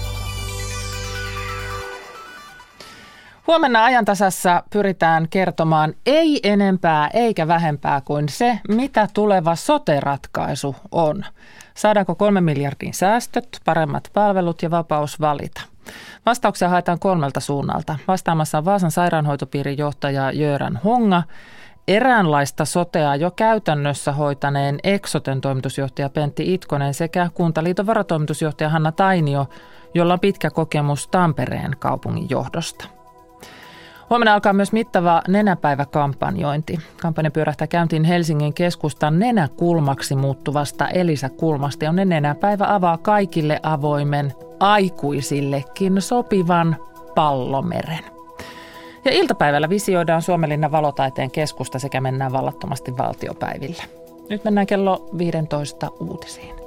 Huomenna ajantasassa pyritään kertomaan ei enempää eikä vähempää kuin se, mitä tuleva sote-ratkaisu on. Saadaanko 3 miljardin säästöt, paremmat palvelut ja vapaus valita? Vastauksia haetaan 3 suunnalta. Vastaamassa on Vaasan sairaanhoitopiirin johtaja Jöran Honga, eräänlaista sotea jo käytännössä hoitaneen Eksoten toimitusjohtaja Pentti Itkonen sekä Kuntaliiton varatoimitusjohtaja Hanna Tainio, jolla on pitkä kokemus Tampereen kaupungin johdosta. Huomenna alkaa myös mittava nenäpäiväkampanjointi. Kampanja pyörähtää käyntiin Helsingin keskustan nenäkulmaksi muuttuvasta Elisa-kulmasta, jonne nenäpäivä avaa kaikille avoimen, aikuisillekin sopivan pallomeren. Ja iltapäivällä visioidaan Suomenlinnan valotaiteen keskusta sekä mennään vallattomasti valtiopäiville. Nyt mennään kello 15 uutisiin.